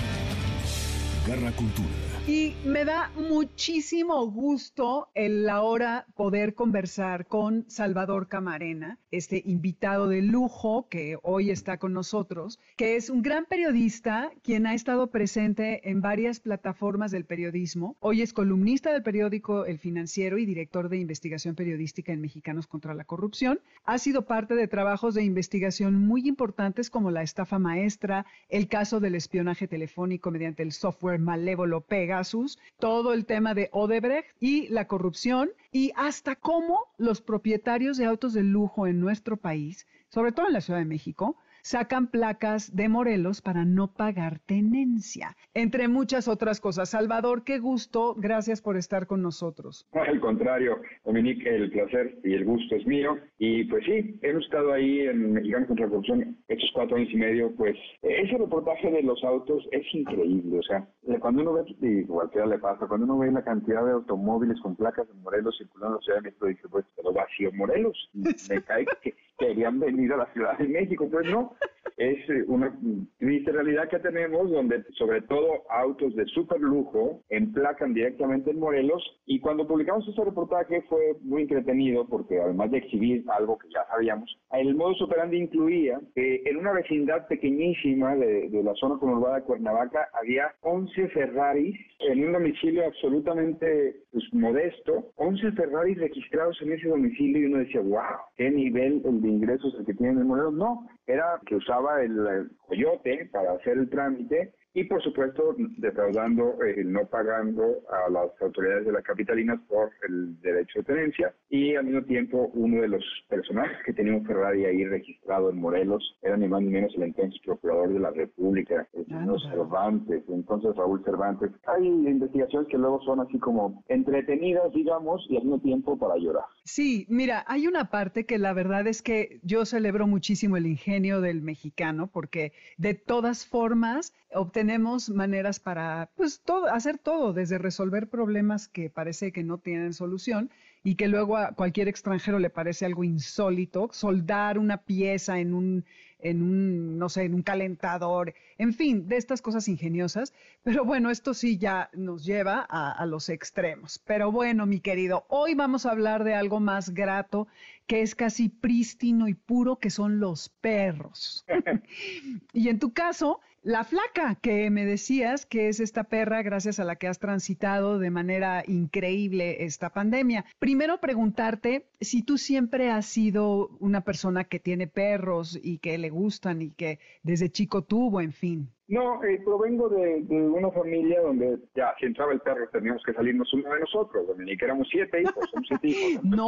Garra Cultura. Y me da muchísimo gusto el ahora poder conversar con Salvador Camarena, este invitado de lujo que hoy está con nosotros, que es un gran periodista quien ha estado presente en varias plataformas del periodismo. Hoy es columnista del periódico El Financiero y director de investigación periodística en Mexicanos contra la Corrupción. Ha sido parte de trabajos de investigación muy importantes como la estafa maestra, el caso del espionaje telefónico mediante el software malévolo Pega, todo el tema de Odebrecht y la corrupción y hasta cómo los propietarios de autos de lujo en nuestro país, sobre todo en la Ciudad de México, sacan placas de Morelos para no pagar tenencia, entre muchas otras cosas. Salvador, qué gusto, gracias por estar con nosotros. Al contrario, Dominique, el placer y el gusto es mío. Y pues sí, hemos estado ahí en Mexicanos contra la Corrupción estos cuatro años y medio. Pues ese reportaje de los autos es increíble. O sea, cuando uno ve, y cualquiera le pasa, cuando uno ve la cantidad de automóviles con placas de Morelos circulando en la Ciudad de México, dice, pues, pero vacío Morelos. Me cae que querían venir a la Ciudad de México. Pues no, es una triste realidad que tenemos donde sobre todo autos de súper lujo emplacan directamente en Morelos. Y cuando publicamos este reportaje fue muy entretenido porque además de exhibir algo que ya sabíamos, el modus operandi incluía que en una vecindad pequeñísima de, de la zona conurbada de Cuernavaca había once Ferraris en un domicilio absolutamente pues, modesto, once Ferraris registrados en ese domicilio y uno decía, wow, qué nivel el de ingresos el que tienen en Morelos. No, era que usaba el, el coyote para hacer el trámite y por supuesto defraudando, eh, no pagando a las autoridades de la capitalina por el derecho de tenencia y al mismo tiempo uno de los personajes que tenía un Ferrari ahí registrado en Morelos era ni más ni menos el entonces procurador de la República, el señor ah, Cervantes, entonces Raúl Cervantes. Hay investigaciones que luego son así como entretenidas, digamos, y al mismo tiempo para llorar. Sí, mira, hay una parte que la verdad es que yo celebro muchísimo el ingenio del mexicano porque de todas formas obtener tenemos maneras para, pues, todo, hacer todo, desde resolver problemas que parece que no tienen solución y que luego a cualquier extranjero le parece algo insólito, soldar una pieza en un, en un, no sé, en un calentador, en fin, de estas cosas ingeniosas. Pero bueno, esto sí ya nos lleva a, a los extremos. Pero bueno, mi querido, hoy vamos a hablar de algo más grato, que es casi prístino y puro, que son los perros. Y en tu caso, la Flaca, que me decías que es esta perra gracias a la que has transitado de manera increíble esta pandemia. Primero preguntarte si tú siempre has sido una persona que tiene perros y que le gustan y que desde chico tuvo, en fin. No, eh, provengo de, de una familia donde ya, si entraba el perro, teníamos que salirnos uno de nosotros, donde que éramos siete hijos, somos siete hijos. No.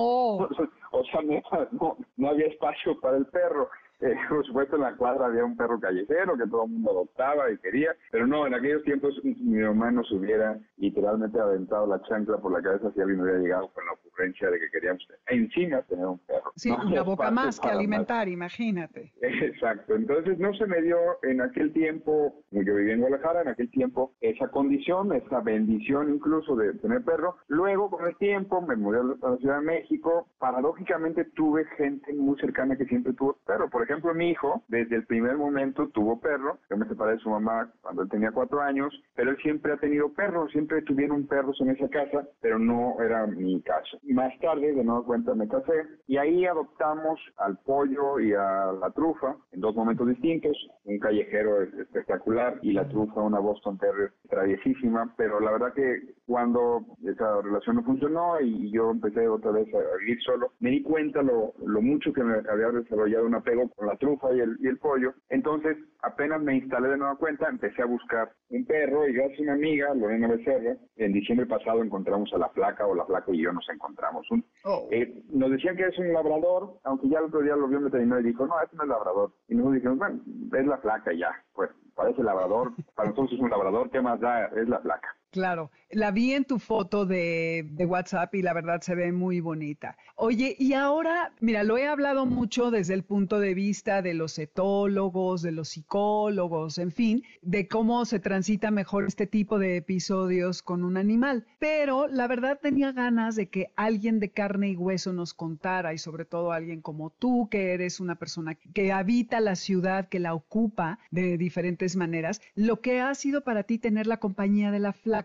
O sea, no, no, no había espacio para el perro. Eh, por supuesto, en la cuadra había un perro callejero que todo el mundo adoptaba y quería, pero no, en aquellos tiempos mi mamá nos hubiera literalmente aventado la chancla por la cabeza si alguien hubiera llegado con la ocurrencia de que queríamos encima tener un perro. Sí, no una boca más que alimentar, más. Imagínate. Exacto, entonces no se me dio en aquel tiempo, yo vivía en Guadalajara, en aquel tiempo, esa condición, esa bendición incluso de tener perro. Luego, con el tiempo, me mudé a la Ciudad de México. Paradójicamente tuve gente muy cercana que siempre tuvo perro. Por ejemplo, Por ejemplo, mi hijo, desde el primer momento tuvo perro. Yo me separé de su mamá cuando él tenía cuatro años, pero él siempre ha tenido perros, siempre tuvieron perros en esa casa, pero no era mi caso. Más tarde, de nueva cuenta, me casé y ahí adoptamos al pollo y a la trufa en dos momentos distintos. Un callejero espectacular y la trufa, una Boston Terrier traviesísima, pero la verdad que cuando esa relación no funcionó y yo empecé otra vez a vivir solo, me di cuenta lo, lo mucho que me había desarrollado un apego con la trufa y el, y el pollo. Entonces, apenas me instalé de nueva cuenta, empecé a buscar un perro y gracias a una amiga, Lorena Becerra, en diciembre pasado encontramos a la Flaca, o la Flaca y yo nos encontramos. Un, oh. eh, nos decían que es un labrador, aunque ya el otro día lo vio un veterinario y dijo, no, este no es labrador. Y nosotros dijimos, bueno, es la Flaca ya, pues parece labrador, para nosotros es un labrador, ¿qué más da? Es la Flaca. Claro, la vi en tu foto de, de WhatsApp y la verdad se ve muy bonita. Oye, y ahora, mira, lo he hablado mucho desde el punto de vista de los etólogos, de los psicólogos, en fin, de cómo se transita mejor este tipo de episodios con un animal. Pero la verdad tenía ganas de que alguien de carne y hueso nos contara, y sobre todo alguien como tú, que eres una persona que habita la ciudad, que la ocupa de diferentes maneras, lo que ha sido para ti tener la compañía de la Flaca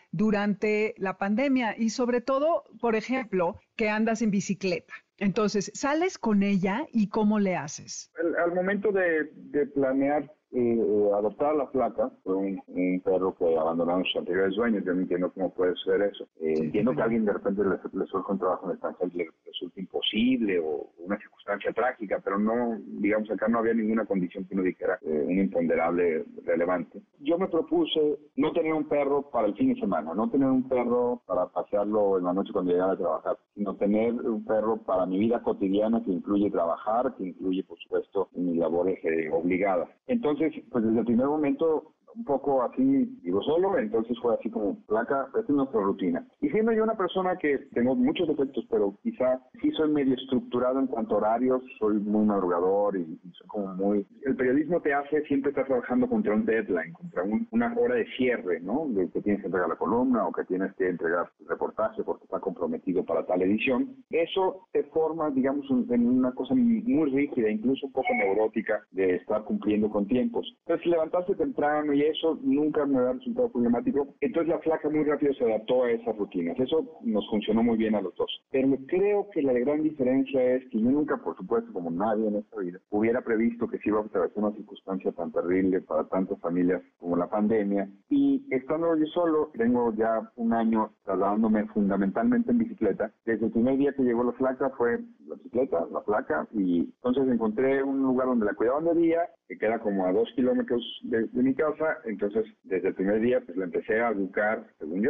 durante la pandemia y sobre todo, por ejemplo, que andas en bicicleta. Entonces, ¿sales con ella y cómo le haces? Al, al momento de, de planear eh, adoptar a la Flaca, fue un, un perro que abandonaron sus anteriores dueños. Yo no entiendo cómo puede ser eso. Eh, sí, entiendo sí. que a alguien de repente le, le surge un trabajo en el extranjero y le resulta imposible o una circunstancia trágica, pero no, digamos, acá no había ninguna condición que uno dijera eh, un imponderable relevante. Yo me propuse no tener un perro para el fin de semana, no tener un perro para pasearlo en la noche cuando llegara a trabajar, sino tener un perro para mi vida cotidiana que incluye trabajar, que incluye, por supuesto, mis labores eh, obligadas. Entonces, pues desde el primer momento, un poco así, vivo solo, entonces fue así como, Flaca, esta es nuestra rutina. Y siendo yo una persona que tengo muchos defectos, pero quizá sí soy medio estructurado en cuanto a horarios, soy muy madrugador y, y soy como muy... El periodismo te hace siempre estar trabajando contra un deadline, contra un, una hora de cierre, ¿no? De que tienes que entregar la columna o que tienes que entregar tu reportaje porque está comprometido para tal edición. Eso te forma, digamos, un, en una cosa muy rígida, incluso un poco neurótica de estar cumpliendo con tiempos. Entonces, levantarse temprano y eso nunca me ha resultado problemático. Entonces la Flaca muy rápido se adaptó a esas rutinas. Eso nos funcionó muy bien a los dos. Pero creo que la gran diferencia es que yo nunca, por supuesto, como nadie en esta vida, hubiera previsto que se iba a atravesar una circunstancia tan terrible para tantas familias como la pandemia. Y estando yo solo, tengo ya un año trasladándome fundamentalmente en bicicleta. Desde el primer día que llegó la Flaca fue la bicicleta, la Flaca, y entonces encontré un lugar donde la cuidaban de día, que queda como a dos kilómetros de, de mi casa. Entonces, desde el primer día, pues la empecé a educar, según yo,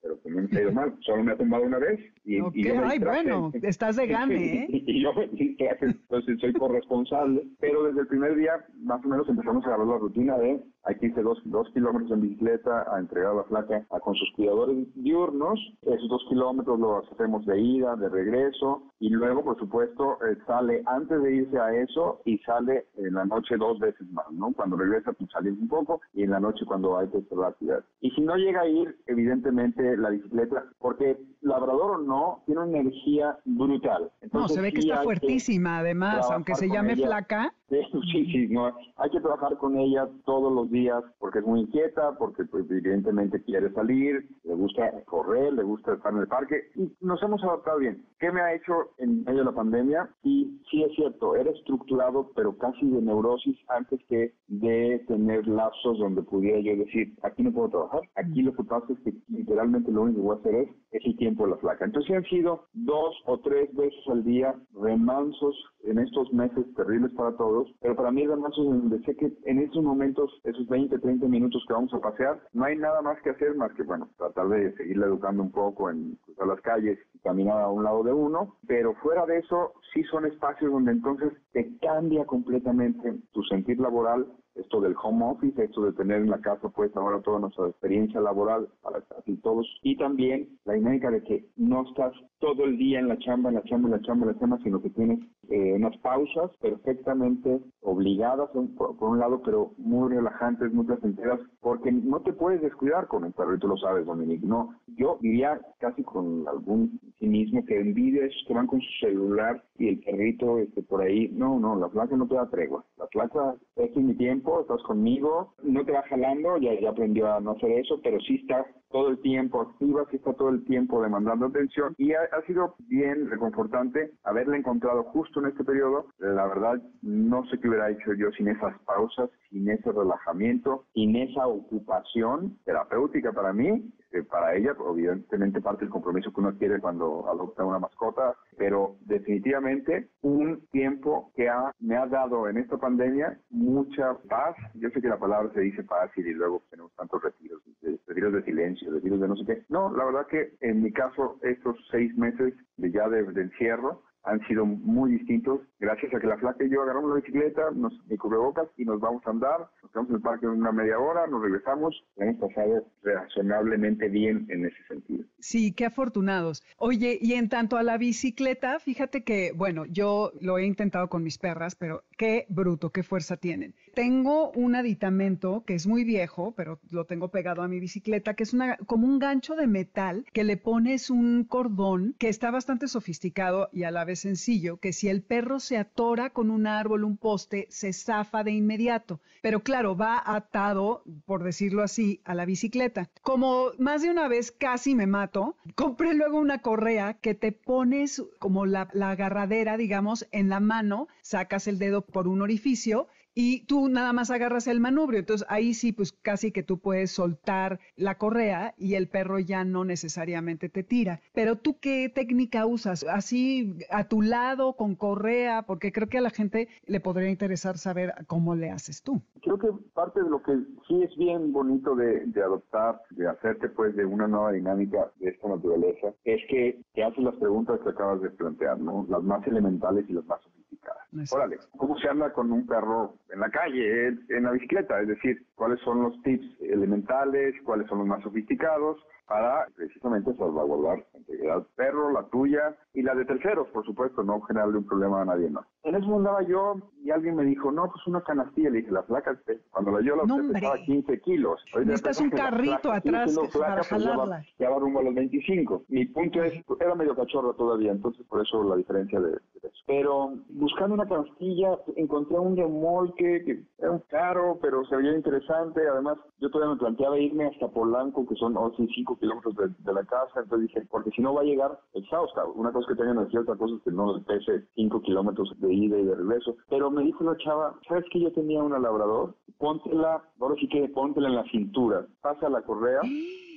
pero pues no me ha ido mal, solo me ha tumbado una vez. Y, okay. y yo me Ay, bueno, estás de gane, ¿eh? Y yo me distraje, entonces soy corresponsable, pero desde el primer día más o menos empezamos a agarrar la rutina de hay que irse dos, dos kilómetros en bicicleta a entregar a la flaca a, con sus cuidadores diurnos. Esos dos kilómetros los hacemos de ida, de regreso, y luego, por supuesto, eh, sale antes de irse a eso y sale en la noche dos veces más, ¿no? Cuando regresa, pues salimos un poco, y en la noche cuando hay que hacer la actividad. Y si no llega a ir, evidentemente, la bicicleta, porque labrador o no, tiene una energía brutal. Entonces, no, se ve que sí está fuertísima, además, aunque se llame ella. flaca. Sí, sí, sí, no, hay que trabajar con ella todos los días porque es muy inquieta, porque pues, evidentemente quiere salir, le gusta correr, le gusta estar en el parque y nos hemos adaptado bien. ¿Qué me ha hecho en medio de la pandemia? Y sí es cierto, era estructurado, pero casi de neurosis antes que de tener lapsos donde pudiera yo decir, aquí no puedo trabajar, aquí lo que pasa es que literalmente lo único que voy a hacer es, es el tiempo de la flaca. Entonces han sido dos o tres veces al día remansos en estos meses terribles para todos, pero para mí remansos en donde sé que en esos momentos, esos veinte, treinta minutos que vamos a pasear, no hay nada más que hacer más que, bueno, tratar de seguirle educando un poco en cruzar las calles y caminar a un lado de uno, pero fuera de eso, sí son espacios donde entonces te cambia completamente tu sentir laboral, esto del home office, esto de tener en la casa pues ahora toda nuestra experiencia laboral para casi todos, y también la dinámica de que no estás todo el día en la chamba, en la chamba, en la chamba, en la chamba, sino que tienes eh, unas pausas perfectamente obligadas por, por un lado, pero muy relajantes, muy placenteras, porque no te puedes descuidar con el perro, y tú lo sabes, Dominique, no, yo diría casi con algún cinismo que envidia esos que van con su celular y el perrito este, por ahí, no, no, la flaca no te da tregua, la flaca, este es mi tiempo, estás conmigo, no te va jalando, ya, ya aprendió a no hacer eso, pero sí estás todo el tiempo activa, sí está todo el tiempo demandando atención, y ha, ha sido bien reconfortante haberla encontrado justo en este periodo. La verdad, no sé qué hubiera hecho yo sin esas pausas, sin ese relajamiento, sin esa ocupación terapéutica para mí, eh, para ella, evidentemente parte del compromiso que uno quiere cuando adopta una mascota, pero definitivamente un tiempo que ha, me ha dado en esta pandemia mucha paz. Yo sé que la palabra se dice fácil y luego tenemos tantos retiros, retiros de silencio, retiros de no sé qué. No, la verdad que en mi caso estos seis meses de ya de, de encierro han sido muy distintos, gracias a que la flaca y yo agarramos la bicicleta, nos mi cubrebocas y nos vamos a andar, nos quedamos en el parque en una media hora, nos regresamos, y hemos pasado razonablemente bien en ese sentido. Sí, qué afortunados. Oye, y en tanto a la bicicleta, fíjate que, bueno, yo lo he intentado con mis perras, pero qué bruto, qué fuerza tienen. Tengo un aditamento que es muy viejo, pero lo tengo pegado a mi bicicleta, que es una como un gancho de metal que le pones un cordón que está bastante sofisticado y a la vez sencillo, que si el perro se atora con un árbol, un poste, se zafa de inmediato. Pero claro, va atado, por decirlo así, a la bicicleta. Como más de una vez casi me mato, compré luego una correa que te pones como la, la agarradera, digamos, en la mano, sacas el dedo por un orificio y tú nada más agarras el manubrio. Entonces ahí sí, pues casi que tú puedes soltar la correa y el perro ya no necesariamente te tira. Pero ¿tú qué técnica usas? ¿Así a tu lado, con correa? Porque creo que a la gente le podría interesar saber cómo le haces tú. Creo que parte de lo que sí es bien bonito de, de adoptar, de hacerte pues de una nueva dinámica de esta naturaleza, es que te haces las preguntas que acabas de plantear, ¿no? Las más elementales y las más sofisticadas. Órale, ¿cómo se anda con un perro en la calle, en la bicicleta? Es decir, ¿cuáles son los tips elementales? ¿Cuáles son los más sofisticados? Para precisamente salvaguardar la integridad del perro, la tuya y la de terceros, por supuesto, no generarle un problema a nadie más. En eso andaba yo y alguien me dijo, no, pues una canastilla. Le dije, la flaca, cuando la yo la no, pesaba quince kilos. Necesitas un carrito atrás flaca, para jalarla. Pues ya, va, ya va rumbo a los veinticinco. Mi punto es, era medio cachorra todavía, entonces por eso la diferencia de, de eso. Pero buscando una canastilla, encontré un remolque que era un caro, pero se veía interesante. Además, yo todavía me planteaba irme hasta Polanco, que son once y cinco kilómetros de, de la casa, entonces dije, porque si no va a llegar exhausta. Una cosa que tenga energía, otra cosa es que no le pese cinco kilómetros de ida y de regreso. Pero me dijo la chava, ¿sabes que yo tenía una labrador? Póntela, ahora sí que póntela en la cintura, pasa la correa,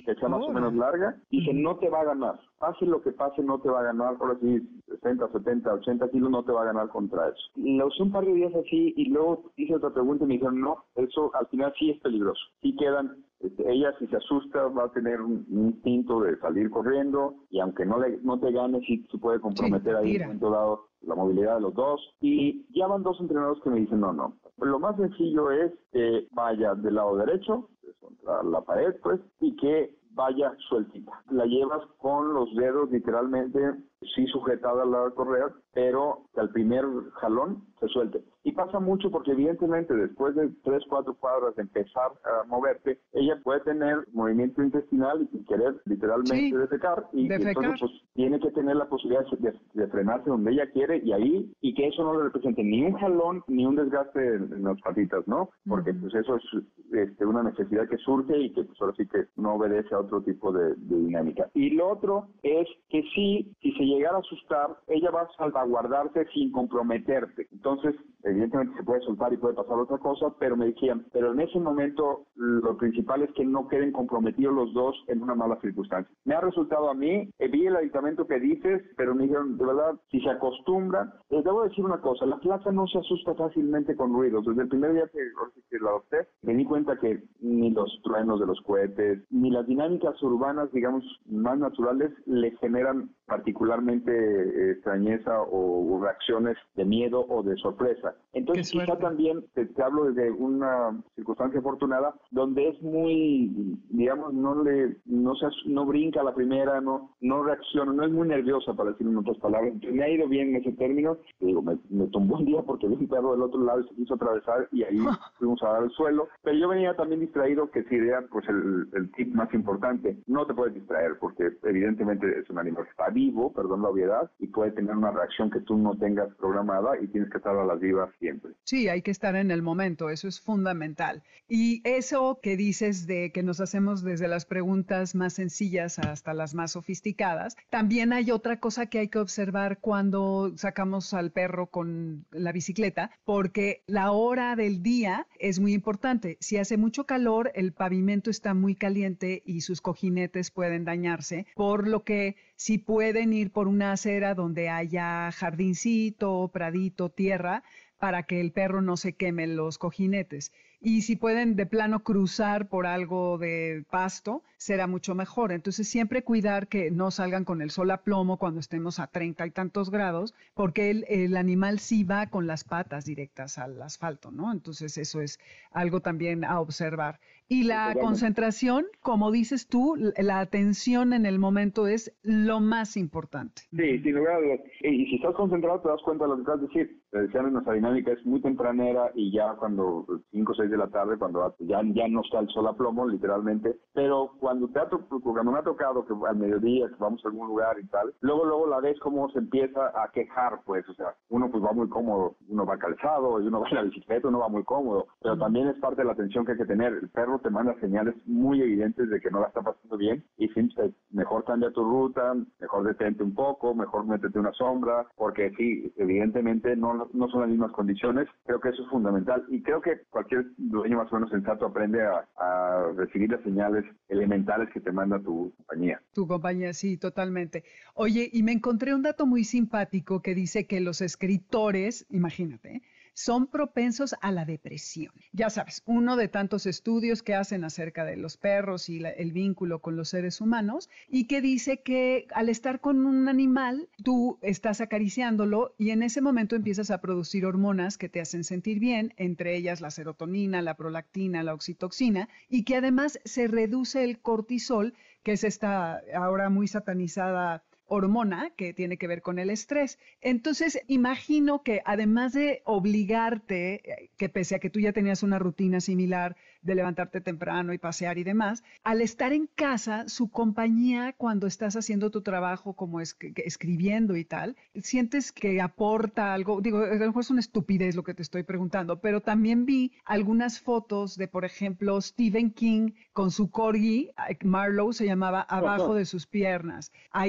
que sea más oh. o menos larga, dije, no te va a ganar. Pase lo que pase, no te va a ganar. Ahora sí, sesenta, setenta, ochenta kilos no te va a ganar contra eso. La usé un par de días así y luego hice otra pregunta y me dijeron, no, eso al final sí es peligroso. Sí quedan, este, ella si se asusta va a tener un, un instinto de salir corriendo y aunque no le no te gane, sí se puede comprometer sí, ahí en un momento dado la movilidad de los dos. Y ya van dos entrenadores que me dicen, no, no. Lo más sencillo es que vaya del lado derecho, contra la pared, pues, y que vaya sueltita. La llevas con los dedos literalmente, sí sujetada a la correa, pero que al primer jalón se suelte. Y pasa mucho porque evidentemente después de tres, cuatro cuadras de empezar a moverte, ella puede tener movimiento intestinal y querer literalmente sí, defecar. Y, y entonces pues tiene que tener la posibilidad de, de frenarse donde ella quiere y ahí, y que eso no le represente ni un jalón ni un desgaste en, en las patitas, ¿no? Porque uh-huh. pues eso es este, una necesidad que surge y que pues ahora sí que no obedece a otro tipo de, de dinámica. Y lo otro es que sí, si se llegara a asustar, ella va a salvaguardarse sin comprometerte. Entonces, evidentemente se puede soltar y puede pasar otra cosa, pero me decían, pero en ese momento lo principal es que no queden comprometidos los dos en una mala circunstancia. Me ha resultado a mí, eh, vi el aditamento que dices, pero me dijeron, de verdad, si se acostumbran, les debo decir una cosa, la plaza no se asusta fácilmente con ruidos. Desde el primer día que, que la adopté, me di cuenta que ni los truenos de los cohetes, ni las dinámicas urbanas, digamos, más naturales, le generan particularmente eh, extrañeza o, o reacciones de miedo o de sorpresa. Entonces quizá también te, te hablo desde una circunstancia afortunada donde es muy, digamos, no le no se no brinca a la primera, no no reacciona, no es muy nerviosa, para decirlo en otras palabras. Entonces me ha ido bien en ese término. Digo, me, me tumbó un día porque vi un perro del otro lado y se quiso atravesar y ahí fuimos a dar el suelo. Pero yo venía también distraído, que sería pues el, el tip más importante. No te puedes distraer porque evidentemente es un animal que está vivo, perdón la obviedad, y puede tener una reacción que tú no tengas programada y tienes que estar a las vivas siempre. Sí, hay que estar en el momento, eso es fundamental. Y eso que dices de que nos hacemos desde las preguntas más sencillas hasta las más sofisticadas, también hay otra cosa que hay que observar cuando sacamos al perro con la bicicleta, porque la hora del día es muy importante. Si hace mucho calor, el pavimento está muy caliente y sus cojinetes pueden dañarse, por lo que si pueden ir por una acera donde haya jardincito, pradito, tierra, para que el perro no se queme los cojinetes. Y si pueden de plano cruzar por algo de pasto, será mucho mejor. Entonces siempre cuidar que no salgan con el sol a plomo cuando estemos a treinta y tantos grados, porque el, el animal sí va con las patas directas al asfalto, ¿no? Entonces eso es algo también a observar. Y la concentración, como dices tú, la atención en el momento es lo más importante. Sí, sin lugar a dudas. Y si estás concentrado te das cuenta de lo que estás diciendo. Te decían, nuestra dinámica es muy tempranera y ya cuando cinco o seis de la tarde, cuando ya, ya no está el sol a plomo, literalmente. Pero cuando, te ha to- cuando me ha tocado que al mediodía, que vamos a algún lugar y tal, luego luego la ves cómo se empieza a quejar, pues. O sea, uno pues va muy cómodo, uno va calzado y uno va en la bicicleta, uno va muy cómodo. Pero también es parte de la atención que hay que tener. El perro te manda señales muy evidentes de que no la está pasando bien y siempre mejor cambia tu ruta, mejor detente un poco, mejor métete una sombra, porque sí, evidentemente no, no son las mismas condiciones. Creo que eso es fundamental y creo que cualquier dueño más o menos sensato aprende a, a recibir las señales elementales que te manda tu compañía. Tu compañía, sí, totalmente. Oye, y me encontré un dato muy simpático que dice que los escritores, imagínate, son propensos a la depresión. Ya sabes, uno de tantos estudios que hacen acerca de los perros y la, el vínculo con los seres humanos, y que dice que al estar con un animal, tú estás acariciándolo y en ese momento empiezas a producir hormonas que te hacen sentir bien, entre ellas la serotonina, la prolactina, la oxitoxina, y que además se reduce el cortisol, que es esta ahora muy satanizada hormona que tiene que ver con el estrés. Entonces, imagino que además de obligarte, que pese a que tú ya tenías una rutina similar de levantarte temprano y pasear y demás, al estar en casa, su compañía, cuando estás haciendo tu trabajo como es, que, escribiendo y tal, sientes que aporta algo. Digo, a lo mejor es una estupidez lo que te estoy preguntando, pero también vi algunas fotos de, por ejemplo, Stephen King con su corgi, Marlowe se llamaba, abajo de sus piernas. A Ian Fleming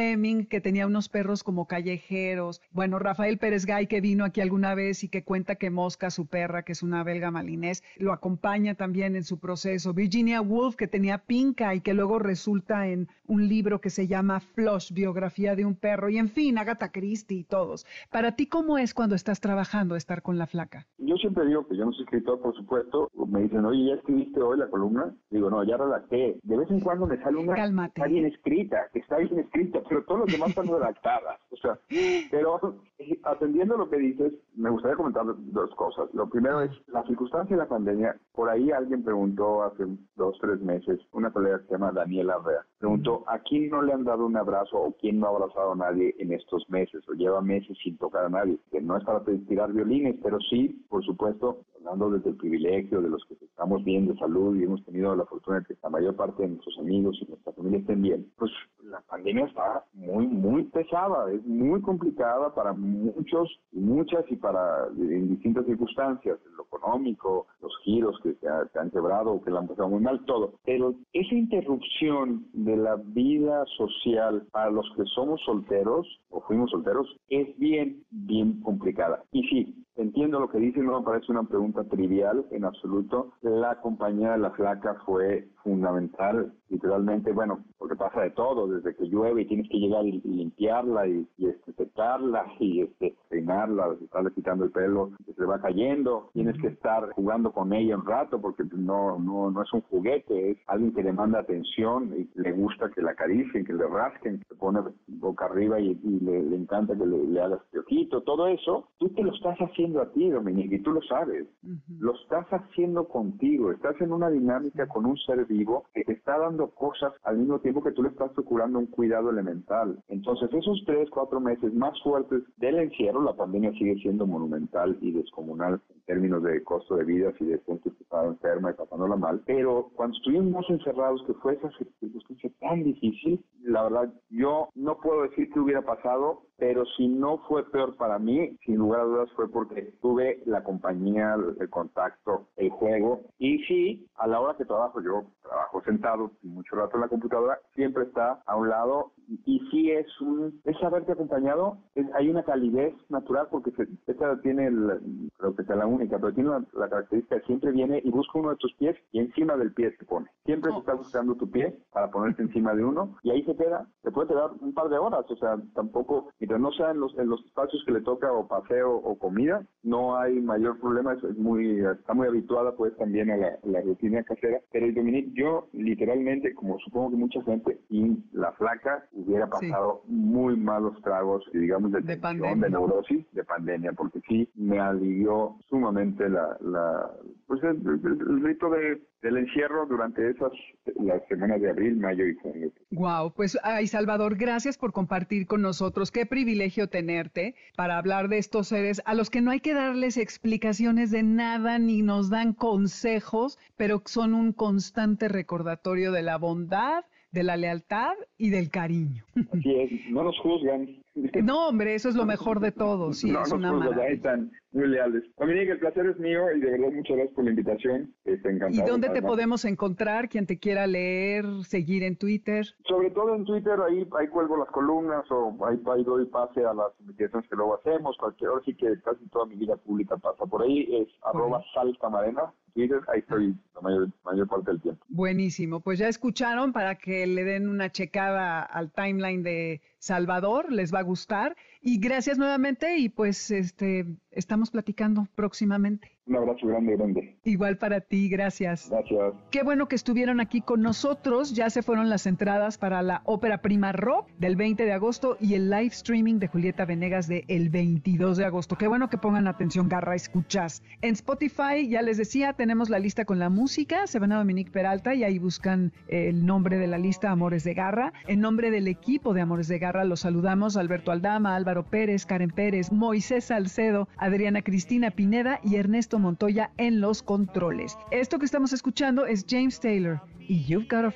Fleming, que tenía unos perros como callejeros. Bueno, Rafael Pérez Gay, que vino aquí alguna vez y que cuenta que Mosca, su perra, que es una belga malinés, lo acompaña también en su proceso. Virginia Woolf, que tenía Pinca y que luego resulta en un libro que se llama Flush, biografía de un perro. Y en fin, Agatha Christie y todos. Para ti, ¿cómo es cuando estás trabajando estar con la flaca? Yo siempre digo que yo no soy escritor, por supuesto. Me dicen, oye, ¿ya escribiste hoy la columna? Digo, no, ya redacté. De vez en cuando me sale una Cálmate. que está bien escrita, que está bien escrita, pero todos los demás están redactadas. O sea, pero atendiendo a lo que dices, me gustaría comentar dos cosas. Lo primero es la circunstancia de la pandemia. Por ahí alguien preguntó hace dos, tres meses, una colega que se llama Daniela Arrea, preguntó, ¿a quién no le han dado un abrazo o quién no ha abrazado a nadie en estos meses o lleva meses sin tocar a nadie? Que no es para tirar violines, pero sí, por supuesto, hablando desde el privilegio de los que estamos bien de salud y hemos tenido la fortuna de que la mayor parte de nuestros amigos y nuestra familia estén bien, pues la pandemia está muy, muy pesada, es muy complicada para muchos y muchas y para en distintas circunstancias, lo económico, los giros que se, ha, se han quebrado o que la han pasado muy mal, todo. Pero esa interrupción de la vida social para los que somos solteros o fuimos solteros es bien, bien complicada. Y sí, entiendo lo que dicen, no me parece una pregunta trivial en absoluto. La compañía de la flaca fue fundamental, literalmente, bueno, porque pasa de todo, desde que llueve y tienes que llegar y, y limpiarla y, y este, secarla y este, peinarla, estarle quitando el pelo que se va cayendo, tienes que estar jugando con ella un rato porque no, no, no es un juguete, es alguien que demanda atención y le gusta que la acaricien, que le rasquen, se pone boca arriba y, y le, le encanta que le, le hagas piojito, todo eso, tú te lo estás haciendo a ti, Dominique, y tú lo sabes, uh-huh. Lo estás haciendo contigo, estás en una dinámica con un ser vivo que te está dando cosas al mismo tiempo que tú le estás procurando un cuidado elemental. Entonces, esos tres, cuatro meses más fuertes del encierro, la pandemia sigue siendo monumental y descomunal en términos de costo de vidas y de gente que estaba enferma y pasándola mal, pero cuando estuvimos encerrados, que fue esa circunstancia tan difícil, la verdad, yo no puedo decir qué hubiera pasado, pero si no fue peor para mí, sin lugar a dudas fue porque tuve la compañía, el contacto, el juego, y sí, a la hora que trabajo, yo trabajo sentado mucho rato en la computadora, siempre está a un lado, y sí es un, es haberte acompañado, es, hay una calidez natural, porque se, esta tiene, el, creo que es la única, pero tiene la, la característica de siempre viene y busca uno de tus pies y encima del pie se pone. Siempre oh. se está buscando tu pie para ponerte encima de uno, y ahí se queda, se puede quedar un par de horas, o sea, tampoco, mientras no sea en los, en los espacios que le toca o paseo o comida, no hay mayor problema, es, es muy, está muy habituada pues también a la, a la rutina casera, pero Dominique, yo literalmente, como supongo que mucha gente, y la flaca hubiera pasado sí. muy malos tragos, digamos, de, de tensión, de neurosis, de pandemia, porque sí me alivió sumamente la, la pues el, el, el rito de, del encierro durante esas las semanas de abril, mayo y junio. Wow, pues ay Salvador, gracias por compartir con nosotros. Qué privilegio tenerte para hablar de estos seres a los que no hay que darles explicaciones de nada ni nos dan consejos, pero son un constante recordatorio de la bondad, de la lealtad y del cariño. Así es, no nos juzgan. No, hombre, eso es lo mejor de todo, sí, no es nos una juzgan, maravilla. ahí están muy leales. Dominique, el placer es mío y de verdad muchas gracias por la invitación. Estoy encantado. ¿Y dónde te además. podemos encontrar? Quien te quiera leer, seguir en Twitter. Sobre todo en Twitter, ahí, ahí cuelgo las columnas o ahí, ahí doy pase a las investigaciones que luego hacemos. Cualquier hora sí que casi toda mi vida pública pasa por ahí. Es arroba saltamarena. Twitter, ahí estoy la mayor, mayor parte del tiempo. Buenísimo, pues ya escucharon para que le den una checada al timeline de Salvador, les va a gustar. Y gracias nuevamente y pues este estamos platicando próximamente. Un abrazo grande, grande. Igual para ti, gracias. Gracias. Qué bueno que estuvieron aquí con nosotros. Ya se fueron las entradas para la ópera prima rock del veinte de agosto y el live streaming de Julieta Venegas de el veintidós de agosto. Qué bueno que pongan atención, Garra, escuchas. En Spotify, ya les decía, tenemos la lista con la música. Se van a Dominique Peralta y ahí buscan el nombre de la lista, Amores de Garra. En nombre del equipo de Amores de Garra los saludamos Alberto Aldama, Álvaro Pérez, Karen Pérez, Moisés Salcedo, Adriana Cristina Pineda y Ernesto Montoya en los controles. Esto que estamos escuchando es James Taylor y You've Got a Friend.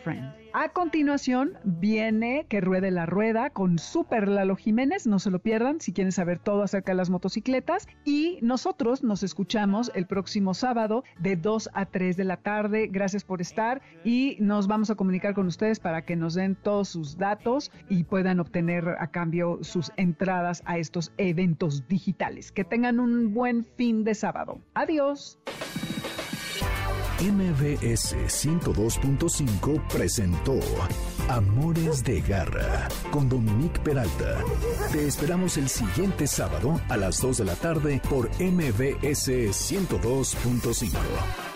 A continuación viene Que Ruede la Rueda con Super Lalo Jiménez, no se lo pierdan si quieren saber todo acerca de las motocicletas. Y nosotros nos escuchamos el próximo sábado de dos a tres de la tarde. Gracias por estar y nos vamos a comunicar con ustedes para que nos den todos sus datos y puedan obtener a cambio sus entradas a estos eventos digitales. Que tengan un buen fin de sábado. Adiós. M B S ciento dos punto cinco presentó Amores de Garra con Dominique Peralta. Te esperamos el siguiente sábado a las dos de la tarde por M B S ciento dos punto cinco.